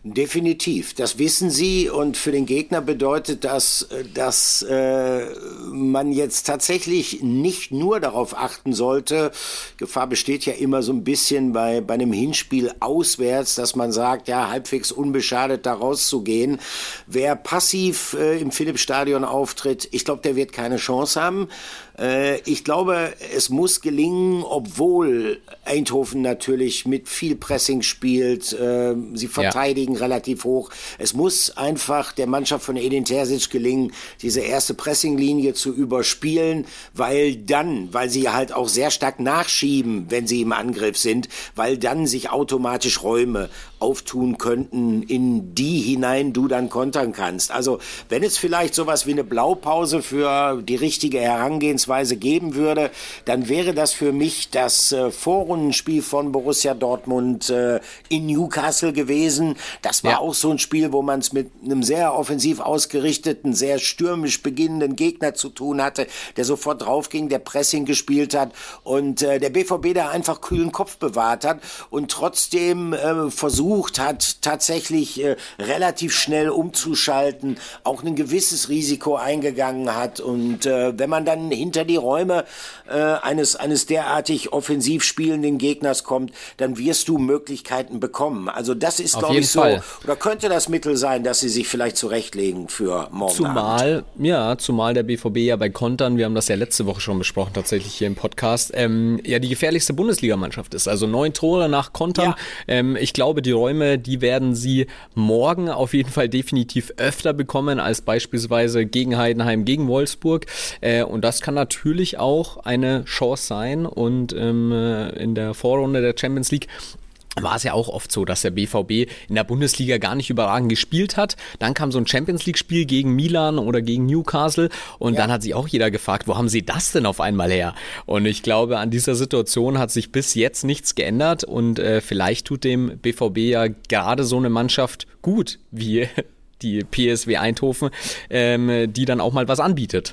Definitiv, das wissen sie und für den Gegner bedeutet das, dass äh, man jetzt tatsächlich nicht nur darauf achten sollte, Gefahr besteht ja immer so ein bisschen bei, bei einem Hinspiel auswärts, dass man sagt, ja, halbwegs unbeschadet da rauszugehen. Wer passiv äh, im Philips-Stadion auftritt, ich glaube, der wird keine Chance haben. Äh, ich glaube, es muss gelingen, obwohl Eindhoven natürlich mit viel Pressing spielt, äh, sie verteidigen ja. relativ hoch. Es muss einfach der Mannschaft von Edin Terzic gelingen, diese erste Pressinglinie zu überspielen, weil dann, weil sie halt auch sehr stark nachschieben, wenn sie im Angriff sind, weil dann sich automatisch Räume auftun könnten, in die hinein du dann kontern kannst. Also wenn es vielleicht sowas wie eine Blaupause für die richtige Herangehensweise geben würde, dann wäre das für mich das äh, Vorrundenspiel von Borussia Dortmund äh, in Newcastle gewesen. Das war ja. auch so ein Spiel, wo man es mit einem sehr offensiv ausgerichteten, sehr stürmisch beginnenden Gegner zu tun hatte, der sofort draufging, der Pressing gespielt hat und äh, der B V B da einfach kühlen Kopf bewahrt hat und trotzdem äh, versucht hat, tatsächlich äh, relativ schnell umzuschalten, auch ein gewisses Risiko eingegangen hat und äh, wenn man dann hinter die Räume äh, eines, eines derartig offensiv spielenden Gegners kommt, dann wirst du Möglichkeiten bekommen. Also das ist, glaube ich, so, Fall. Oder könnte das Mittel sein, dass sie sich vielleicht zurechtlegen für morgen Zumal, Abend. ja, zumal der B V B ja bei Kontern, wir haben das ja letzte Woche schon besprochen, tatsächlich hier im Podcast, ähm, ja die gefährlichste Bundesligamannschaft ist. Also neun Tore nach Kontern. Ja. Ähm, ich glaube, die Räume, die werden sie morgen auf jeden Fall definitiv öfter bekommen als beispielsweise gegen Heidenheim, gegen Wolfsburg. Äh, und das kann natürlich auch eine Chance sein. Und ähm, in der Vorrunde der Champions League war es ja auch oft so, dass der B V B in der Bundesliga gar nicht überragend gespielt hat. Dann kam so ein Champions-League-Spiel gegen Milan oder gegen Newcastle und ja. dann hat sich auch jeder gefragt, wo haben sie das denn auf einmal her? Und ich glaube, an dieser Situation hat sich bis jetzt nichts geändert und äh, vielleicht tut dem B V B ja gerade so eine Mannschaft gut, wie die P S V Eindhoven, ähm, die dann auch mal was anbietet.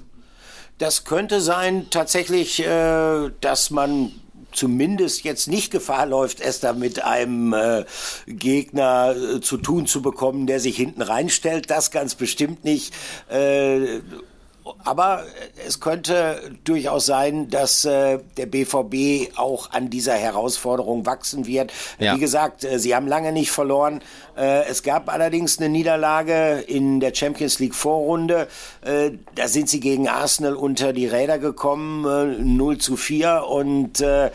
Das könnte sein, tatsächlich, äh, dass man zumindest jetzt nicht Gefahr läuft, es da mit einem äh, Gegner äh, zu tun zu bekommen, der sich hinten reinstellt. Das ganz bestimmt nicht. Äh, aber es könnte durchaus sein, dass äh, der B V B auch an dieser Herausforderung wachsen wird. Ja. Wie gesagt, äh, sie haben lange nicht verloren. Äh, es gab allerdings eine Niederlage in der Champions League Vorrunde. Äh, da sind sie gegen Arsenal unter die Räder gekommen, äh, null zu vier und äh,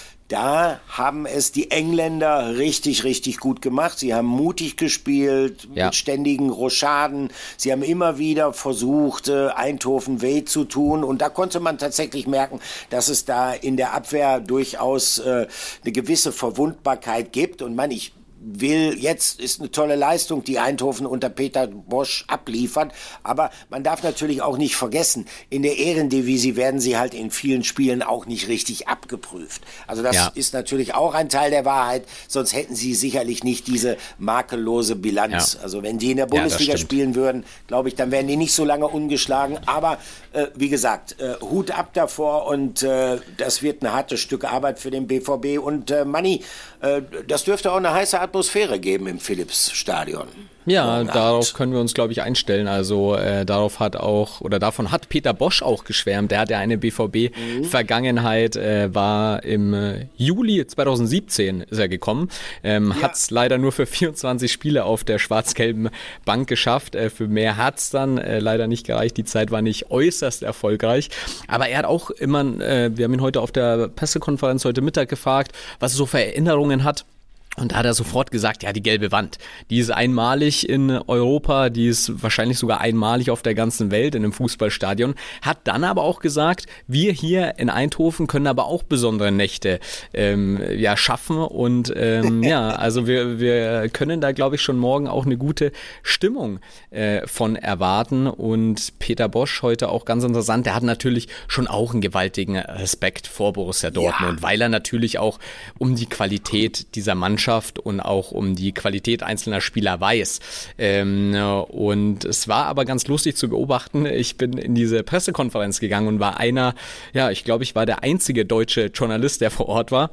da haben es die Engländer richtig, richtig gut gemacht. Sie haben mutig gespielt, ja. mit ständigen Rochaden. Sie haben immer wieder versucht, Eindhoven weh zu tun. Und da konnte man tatsächlich merken, dass es da in der Abwehr durchaus äh, eine gewisse Verwundbarkeit gibt. Und man, ich will, jetzt ist eine tolle Leistung, die Eindhoven unter Peter Bosz abliefert, aber man darf natürlich auch nicht vergessen, in der Ehrendivisie werden sie halt in vielen Spielen auch nicht richtig abgeprüft. Also das ja. ist natürlich auch ein Teil der Wahrheit, sonst hätten sie sicherlich nicht diese makellose Bilanz. Ja. Also wenn die in der Bundesliga ja, spielen würden, glaube ich, dann wären die nicht so lange ungeschlagen, aber äh, wie gesagt, äh, Hut ab davor und äh, das wird ein hartes Stück Arbeit für den B V B und äh, Manni, äh, das dürfte auch eine heiße Atmosphäre geben im Philips-Stadion. Ja, darauf können wir uns, glaube ich, einstellen. Also äh, darauf hat auch, oder davon hat Peter Bosz auch geschwärmt. Der hat ja eine B V B-Vergangenheit, äh, war im äh, Juli zwanzig siebzehn ist er gekommen. Ähm, ja. Hat es leider nur für vierundzwanzig Spiele auf der schwarz-gelben Bank geschafft. Äh, für mehr hat es dann äh, leider nicht gereicht. Die Zeit war nicht äußerst erfolgreich. Aber er hat auch immer, äh, wir haben ihn heute auf der Pressekonferenz heute Mittag gefragt, was er so für Erinnerungen hat. Und da hat er sofort gesagt, ja, die gelbe Wand, die ist einmalig in Europa, die ist wahrscheinlich sogar einmalig auf der ganzen Welt in einem Fußballstadion. Hat dann aber auch gesagt, wir hier in Eindhoven können aber auch besondere Nächte ähm, ja schaffen. Und ähm, ja, also wir, wir können da, glaube ich, schon morgen auch eine gute Stimmung äh, von erwarten. Und Peter Bosz heute auch ganz interessant, der hat natürlich schon auch einen gewaltigen Respekt vor Borussia Dortmund, ja. weil er natürlich auch um die Qualität dieser Mannschaft und auch um die Qualität einzelner Spieler weiß. Ähm, und es war aber ganz lustig zu beobachten. Ich bin in diese Pressekonferenz gegangen und war einer, ja, ich glaube, ich war der einzige deutsche Journalist, der vor Ort war.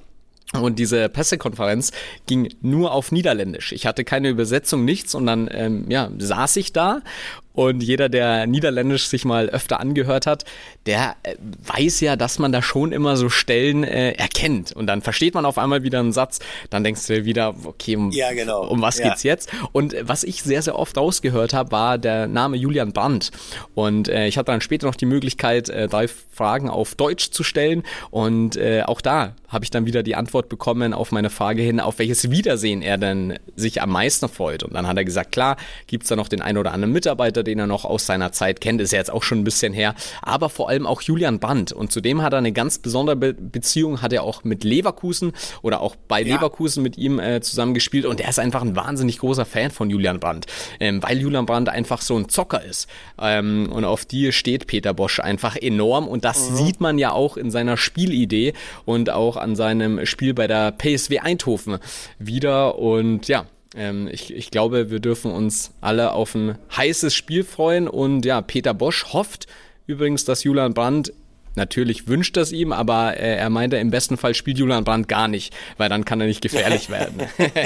Und diese Pressekonferenz ging nur auf Niederländisch. Ich hatte keine Übersetzung, nichts und dann ähm, ja, saß ich da. Und jeder, der Niederländisch sich mal öfter angehört hat, der äh, weiß ja, dass man da schon immer so Stellen äh, erkennt. Und dann versteht man auf einmal wieder einen Satz, dann denkst du wieder, okay, um, ja, genau. um was ja. geht's jetzt? Und äh, was ich sehr, sehr oft rausgehört habe, war der Name Julian Brandt. Und äh, ich hatte dann später noch die Möglichkeit, äh, drei Fragen auf Deutsch zu stellen. Und äh, auch da habe ich dann wieder die Antwort bekommen auf meine Frage hin, auf welches Wiedersehen er denn sich am meisten freut. Und dann hat er gesagt, klar, gibt's da noch den einen oder anderen Mitarbeiter, den er noch aus seiner Zeit kennt, ist ja jetzt auch schon ein bisschen her, aber vor allem auch Julian Brandt. Und zudem hat er eine ganz besondere Be- Beziehung, hat er auch mit Leverkusen oder auch bei ja. Leverkusen mit ihm äh, zusammen gespielt und er ist einfach ein wahnsinnig großer Fan von Julian Brandt, ähm, weil Julian Brandt einfach so ein Zocker ist. Ähm, und auf die steht Peter Bosz einfach enorm und das mhm. sieht man ja auch in seiner Spielidee und auch an seinem Spiel bei der P S V Eindhoven wieder und ja, Ich, ich glaube, wir dürfen uns alle auf ein heißes Spiel freuen und ja, Peter Bosz hofft übrigens, dass Julian Brandt, natürlich wünscht das ihm, aber äh, er meinte, im besten Fall spielt Julian Brandt gar nicht, weil dann kann er nicht gefährlich werden.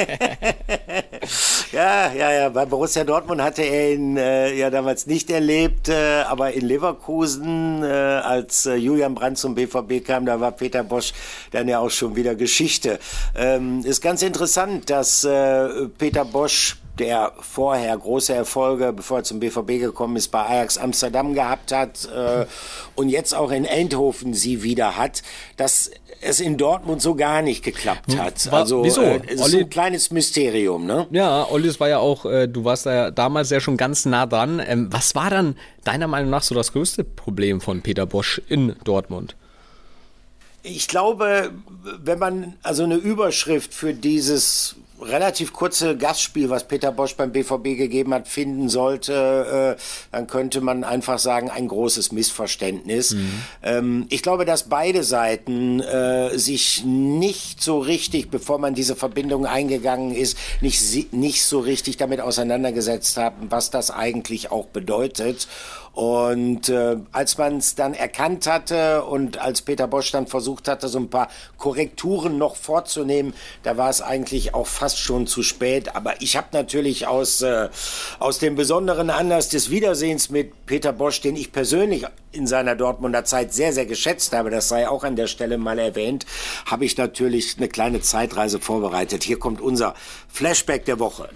Ja, ja, ja, bei Borussia Dortmund hatte er ihn äh, ja damals nicht erlebt, äh, aber in Leverkusen, äh, als äh, Julian Brandt zum B V B kam, da war Peter Bosz dann ja auch schon wieder Geschichte. Ähm, ist ganz interessant, dass äh, Peter Bosz, der vorher große Erfolge, bevor er zum B V B gekommen ist, bei Ajax Amsterdam gehabt hat äh, und jetzt auch in Eindhoven sie wieder hat, dass es in Dortmund so gar nicht geklappt hat. War, also wieso? Äh, es ist Olli, ein kleines Mysterium, ne? Ja, Olli, es war ja auch, äh, du warst ja damals ja schon ganz nah dran. Ähm, was war dann deiner Meinung nach so das größte Problem von Peter Bosz in Dortmund? Ich glaube, wenn man also eine Überschrift für dieses relativ kurze Gastspiel, was Peter Bosz beim B V B gegeben hat, finden sollte, äh, dann könnte man einfach sagen, ein großes Missverständnis. Mhm. Ähm, ich glaube, dass beide Seiten äh, sich nicht so richtig, bevor man diese Verbindung eingegangen ist, nicht, nicht so richtig damit auseinandergesetzt haben, was das eigentlich auch bedeutet. Und äh, als man es dann erkannt hatte und als Peter Bosz dann versucht hatte, so ein paar Korrekturen noch vorzunehmen, da war es eigentlich auch fast schon zu spät. Aber ich habe natürlich aus, äh, aus dem besonderen Anlass des Wiedersehens mit Peter Bosz, den ich persönlich in seiner Dortmunder Zeit sehr, sehr geschätzt habe, das sei auch an der Stelle mal erwähnt, habe ich natürlich eine kleine Zeitreise vorbereitet. Hier kommt unser Flashback der Woche.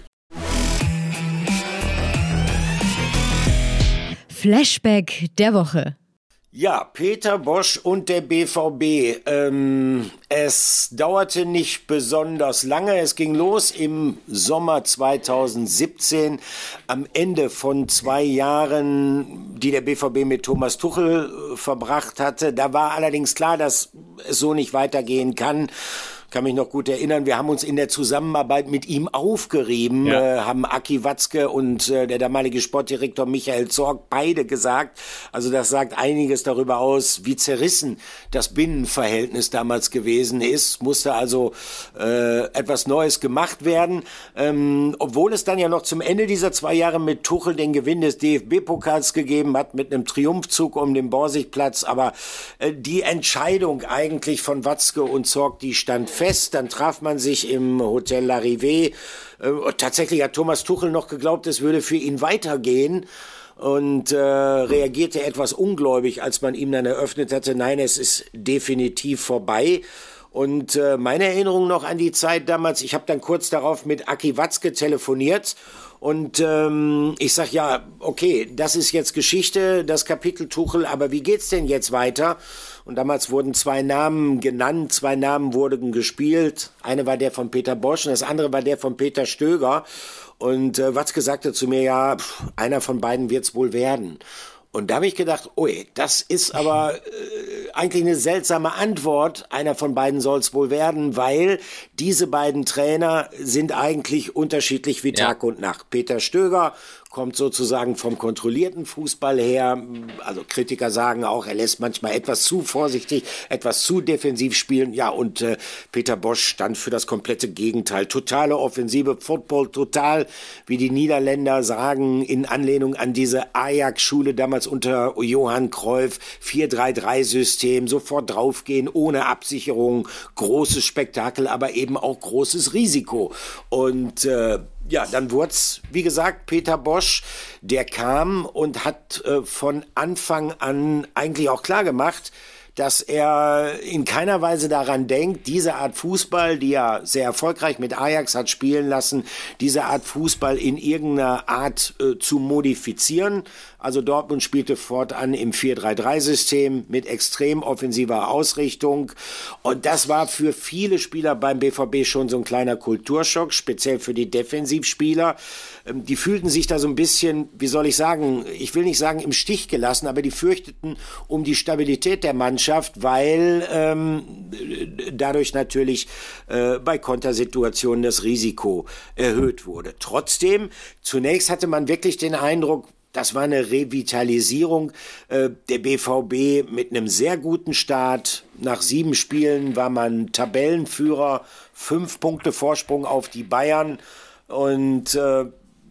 Flashback der Woche. Ja, Peter Bosz und der B V B. Ähm, es dauerte nicht besonders lange. Es ging los im Sommer zweitausendsiebzehn. Am Ende von zwei Jahren, die der B V B mit Thomas Tuchel äh, verbracht hatte. Da war allerdings klar, dass es so nicht weitergehen kann. Ich kann mich noch gut erinnern, wir haben uns in der Zusammenarbeit mit ihm aufgerieben, ja. äh, haben Aki Watzke und äh, der damalige Sportdirektor Michael Zorc beide gesagt. Also das sagt einiges darüber aus, wie zerrissen das Binnenverhältnis damals gewesen ist. Musste also äh, etwas Neues gemacht werden. Ähm, obwohl es dann ja noch zum Ende dieser zwei Jahre mit Tuchel den Gewinn des D F B-Pokals gegeben hat, mit einem Triumphzug um den Borsigplatz. Aber äh, die Entscheidung eigentlich von Watzke und Zorc, die stand fest. Fest, dann traf man sich im Hotel L'Arrivée. Äh, tatsächlich hat Thomas Tuchel noch geglaubt, es würde für ihn weitergehen und äh, reagierte etwas ungläubig, als man ihm dann eröffnet hatte, nein, es ist definitiv vorbei. Und äh, meine Erinnerung noch an die Zeit damals, ich habe dann kurz darauf mit Aki Watzke telefoniert und ähm, ich sag, ja, okay, das ist jetzt Geschichte, das Kapitel Tuchel, aber wie geht's denn jetzt weiter? Und damals wurden zwei Namen genannt, zwei Namen wurden gespielt. Eine war der von Peter Bosz und das andere war der von Peter Stöger. Und äh, Watzke sagte zu mir, ja, pff, einer von beiden wird's wohl werden. Und da habe ich gedacht, ui, das ist aber äh, eigentlich eine seltsame Antwort. Einer von beiden soll es wohl werden, weil diese beiden Trainer sind eigentlich unterschiedlich wie Tag ja. und Nacht. Peter Stöger kommt sozusagen vom kontrollierten Fußball her. Also Kritiker sagen auch, er lässt manchmal etwas zu vorsichtig, etwas zu defensiv spielen. Ja, und äh, Peter Bosz stand für das komplette Gegenteil. Totale Offensive, Football total, wie die Niederländer sagen, in Anlehnung an diese Ajax-Schule damals unter Johann Cruyff, vier drei drei System, sofort draufgehen, ohne Absicherung, großes Spektakel, aber eben auch großes Risiko. Und äh, ja, dann wurd's, wie gesagt, Peter Bosz, der kam und hat äh, von Anfang an eigentlich auch klar gemacht, dass er in keiner Weise daran denkt, diese Art Fußball, die er sehr erfolgreich mit Ajax hat spielen lassen, diese Art Fußball in irgendeiner Art äh, zu modifizieren. Also Dortmund spielte fortan im vier drei drei System mit extrem offensiver Ausrichtung. Und das war für viele Spieler beim B V B schon so ein kleiner Kulturschock, speziell für die Defensivspieler. Ähm, die fühlten sich da so ein bisschen, wie soll ich sagen, ich will nicht sagen im Stich gelassen, aber die fürchteten um die Stabilität der Mannschaft, weil ähm, dadurch natürlich äh, bei Kontersituationen das Risiko erhöht wurde. Trotzdem, zunächst hatte man wirklich den Eindruck, das war eine Revitalisierung. Äh, der B V B mit einem sehr guten Start. Nach sieben Spielen war man Tabellenführer, fünf Punkte Vorsprung auf die Bayern. Und äh,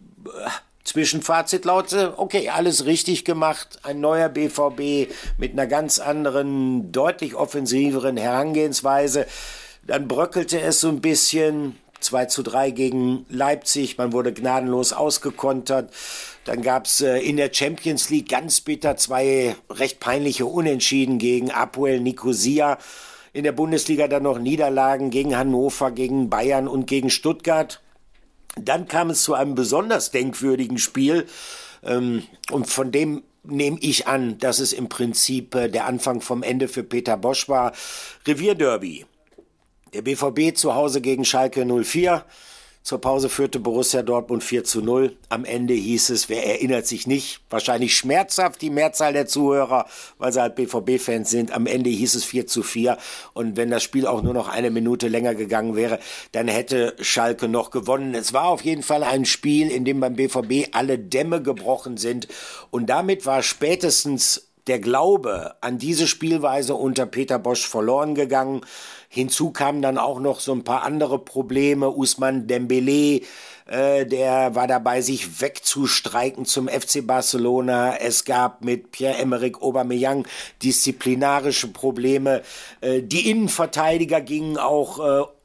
Zwischenfazit lautete, okay, alles richtig gemacht. Ein neuer B V B mit einer ganz anderen, deutlich offensiveren Herangehensweise. Dann bröckelte es so ein bisschen. zwei zu drei gegen Leipzig, man wurde gnadenlos ausgekontert. Dann gab's äh, in der Champions League ganz bitter zwei recht peinliche Unentschieden gegen Apoel Nicosia. In der Bundesliga dann noch Niederlagen gegen Hannover, gegen Bayern und gegen Stuttgart. Dann kam es zu einem besonders denkwürdigen Spiel ähm, und von dem nehme ich an, dass es im Prinzip äh, der Anfang vom Ende für Peter Bosz war. Revierderby. Der B V B zu Hause gegen Schalke null vier. Zur Pause führte Borussia Dortmund vier zu null. Am Ende hieß es, wer erinnert sich nicht, wahrscheinlich schmerzhaft die Mehrzahl der Zuhörer, weil sie halt B V B-Fans sind. Am Ende hieß es vier zu vier. Und wenn das Spiel auch nur noch eine Minute länger gegangen wäre, dann hätte Schalke noch gewonnen. Es war auf jeden Fall ein Spiel, in dem beim B V B alle Dämme gebrochen sind. Und damit war spätestens der Glaube an diese Spielweise unter Peter Bosz verloren gegangen. Hinzu kamen dann auch noch so ein paar andere Probleme. Ousmane Dembélé, äh, der war dabei, sich wegzustreiken zum F C Barcelona. Es gab mit Pierre-Emerick Aubameyang disziplinarische Probleme. Äh, die Innenverteidiger gingen auch äh,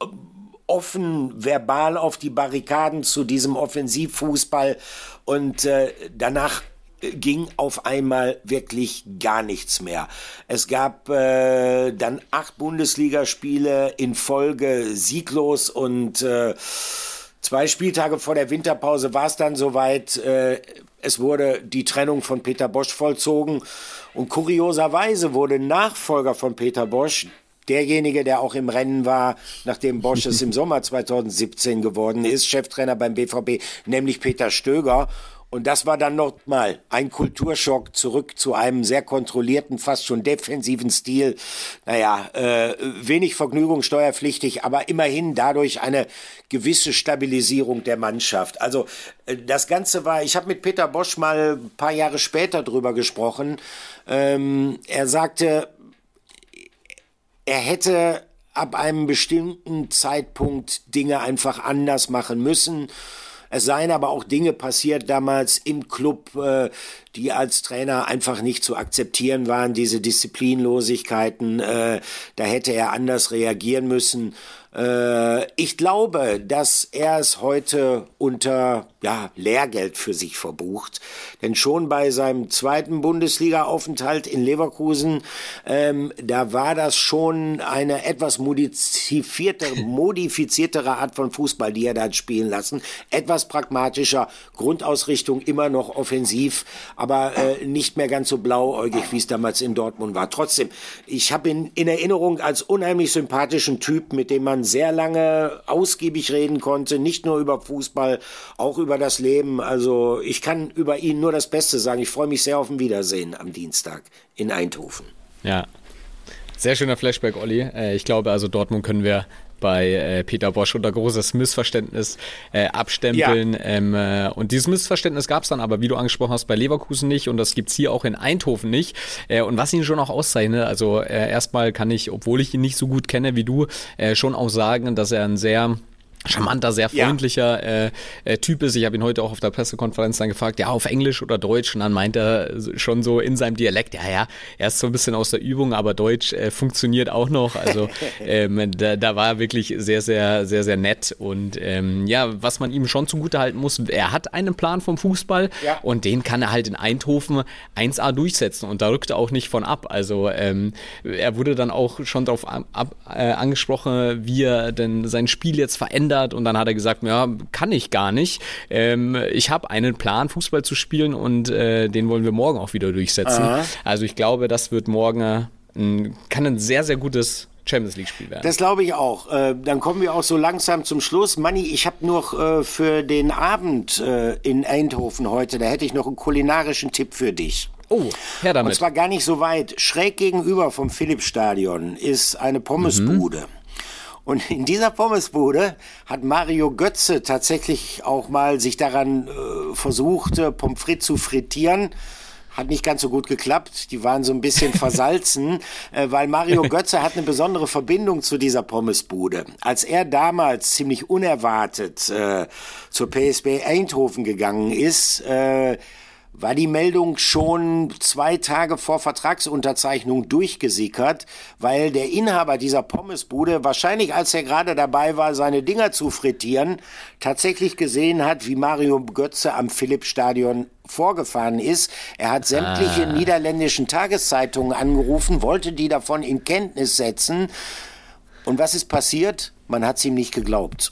offen verbal auf die Barrikaden zu diesem Offensivfußball. Und äh, danach ging auf einmal wirklich gar nichts mehr. Es gab äh, dann acht Bundesligaspiele in Folge sieglos und äh, zwei Spieltage vor der Winterpause war es dann soweit. Äh, es wurde die Trennung von Peter Bosz vollzogen und kurioserweise wurde Nachfolger von Peter Bosz derjenige, der auch im Rennen war, nachdem Bosz es im Sommer zweitausendsiebzehn geworden ist, Cheftrainer beim B V B, nämlich Peter Stöger. Und das war dann noch mal ein Kulturschock zurück zu einem sehr kontrollierten, fast schon defensiven Stil. Naja, äh, wenig Vergnügung, steuerpflichtig, aber immerhin dadurch eine gewisse Stabilisierung der Mannschaft. Also äh, das Ganze war, ich habe mit Peter Bosz mal ein paar Jahre später drüber gesprochen. Ähm, er sagte, er hätte ab einem bestimmten Zeitpunkt Dinge einfach anders machen müssen. Es seien aber auch Dinge passiert damals im Club, äh, die als Trainer einfach nicht zu akzeptieren waren, diese Disziplinlosigkeiten, äh, da hätte er anders reagieren müssen. Äh, ich glaube, dass er es heute unter ja, Lehrgeld für sich verbucht, denn schon bei seinem zweiten Bundesliga-Aufenthalt in Leverkusen, ähm, da war das schon eine etwas modifiziertere, modifiziertere Art von Fußball, die er da hat spielen lassen, etwas pragmatischer, Grundausrichtung immer noch offensiv, aber äh, nicht mehr ganz so blauäugig, wie es damals in Dortmund war. Trotzdem, ich habe ihn in Erinnerung als unheimlich sympathischen Typ, mit dem man sehr lange ausgiebig reden konnte, nicht nur über Fußball, auch über das Leben. Also ich kann über ihn nur das Beste sagen. Ich freue mich sehr auf ein Wiedersehen am Dienstag in Eindhoven. Ja, sehr schöner Flashback, Olli. Ich glaube, also Dortmund können wir bei äh, Peter Bosz unter großes Missverständnis äh, abstempeln. Ja. Ähm, äh, und dieses Missverständnis gab es dann aber, wie du angesprochen hast, bei Leverkusen nicht und das gibt's hier auch in Eindhoven nicht. Äh, und was ihn schon auch auszeichnet, also äh, erstmal kann ich, obwohl ich ihn nicht so gut kenne wie du, äh, schon auch sagen, dass er ein sehr charmanter, sehr freundlicher ja. äh, äh, Typ ist. Ich habe ihn heute auch auf der Pressekonferenz dann gefragt, ja, auf Englisch oder Deutsch? Und dann meint er schon so in seinem Dialekt, ja, ja, er ist so ein bisschen aus der Übung, aber Deutsch äh, funktioniert auch noch. Also ähm, da, da war er wirklich sehr, sehr, sehr, sehr nett. Und ähm, ja, was man ihm schon zugutehalten muss, er hat einen Plan vom Fußball ja. und den kann er halt in Eindhoven eins A durchsetzen und da rückt er auch nicht von ab. Also ähm, er wurde dann auch schon darauf ab, äh, angesprochen, wie er denn sein Spiel jetzt verändert. Und dann hat er gesagt, ja, kann ich gar nicht. Ähm, ich habe einen Plan, Fußball zu spielen und äh, den wollen wir morgen auch wieder durchsetzen. Aha. Also ich glaube, das wird morgen äh, kann ein sehr, sehr gutes Champions League-Spiel werden. Das glaube ich auch. Äh, dann kommen wir auch so langsam zum Schluss. Manni, ich habe noch äh, für den Abend äh, in Eindhoven heute, da hätte ich noch einen kulinarischen Tipp für dich. Oh, her damit. Und zwar gar nicht so weit. Schräg gegenüber vom Philippsstadion ist eine Pommesbude. Mhm. Und in dieser Pommesbude hat Mario Götze tatsächlich auch mal sich daran äh, versucht, äh, Pommes frites zu frittieren. Hat nicht ganz so gut geklappt. Die waren so ein bisschen versalzen, äh, weil Mario Götze hat eine besondere Verbindung zu dieser Pommesbude. Als er damals ziemlich unerwartet äh, zur P S V Eindhoven gegangen ist, äh, war die Meldung schon zwei Tage vor Vertragsunterzeichnung durchgesickert, weil der Inhaber dieser Pommesbude wahrscheinlich, als er gerade dabei war, seine Dinger zu frittieren, tatsächlich gesehen hat, wie Mario Götze am Philippsstadion vorgefahren ist. Er hat sämtliche ah. niederländischen Tageszeitungen angerufen, wollte die davon in Kenntnis setzen. Und was ist passiert? Man hat es ihm nicht geglaubt.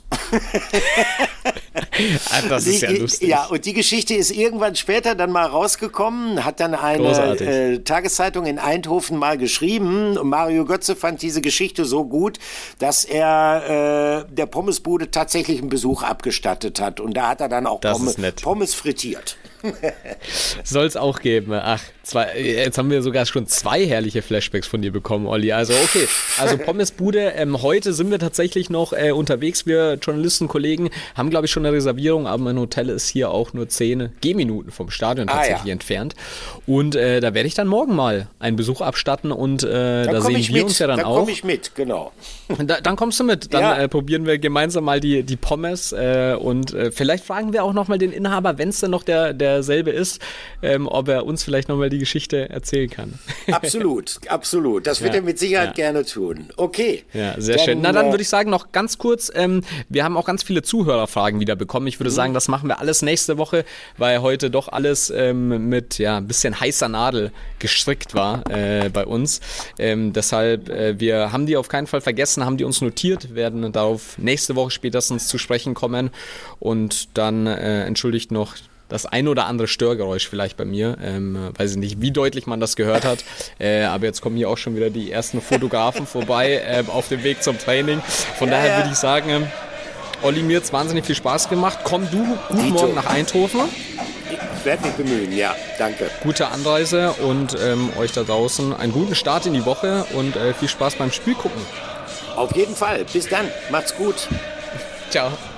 Ach, das ist ja lustig. Ja, und die Geschichte ist irgendwann später dann mal rausgekommen, hat dann eine äh, Tageszeitung in Eindhoven mal geschrieben. Und Mario Götze fand diese Geschichte so gut, dass er äh, der Pommesbude tatsächlich einen Besuch abgestattet hat. Und da hat er dann auch Pommes, Pommes frittiert. Soll es auch geben. Ach, zwei, jetzt haben wir sogar schon zwei herrliche Flashbacks von dir bekommen, Olli. Also okay, also Pommesbude. Ähm, heute sind wir tatsächlich noch äh, unterwegs. Wir Journalisten, Kollegen haben, glaube ich, schon eine Reservierung, aber mein Hotel ist hier auch nur zehn Gehminuten vom Stadion tatsächlich ah, ja. entfernt. Und äh, da werde ich dann morgen mal einen Besuch abstatten und äh, da sehen wir mit. uns ja dann, dann auch. Dann komme ich mit, genau. Da, dann kommst du mit. Dann ja. äh, probieren wir gemeinsam mal die, die Pommes äh, und äh, vielleicht fragen wir auch nochmal den Inhaber, wenn es denn noch der, derselbe ist, ähm, ob er uns vielleicht nochmal die Geschichte erzählen kann. Absolut, absolut. Das wird ja. er mit Sicherheit ja. gerne tun. Okay. Ja, sehr dann, schön. Na, dann würde ich sagen, noch ganz kurz, ähm, wir haben auch ganz viele Zuhörerfragen wieder bekommen. Ich würde mhm. sagen, das machen wir alles nächste Woche, weil heute doch alles ähm, mit ja ein bisschen heißer Nadel gestrickt war äh, bei uns. Ähm, deshalb, äh, wir haben die auf keinen Fall vergessen, haben die uns notiert, werden darauf nächste Woche spätestens zu sprechen kommen und dann äh, entschuldigt noch das ein oder andere Störgeräusch vielleicht bei mir. Ähm, weiß ich nicht, wie deutlich man das gehört hat. Äh, aber jetzt kommen hier auch schon wieder die ersten Fotografen vorbei äh, auf dem Weg zum Training. Von ja, daher ja. würde ich sagen, ähm, Olli, mir hat es wahnsinnig viel Spaß gemacht. Komm du gut Dito. morgen nach Eindhoven. Ich werde mich bemühen, ja. Danke. Gute Anreise und ähm, euch da draußen einen guten Start in die Woche und äh, viel Spaß beim Spiel gucken. Auf jeden Fall. Bis dann. Macht's gut. Ciao.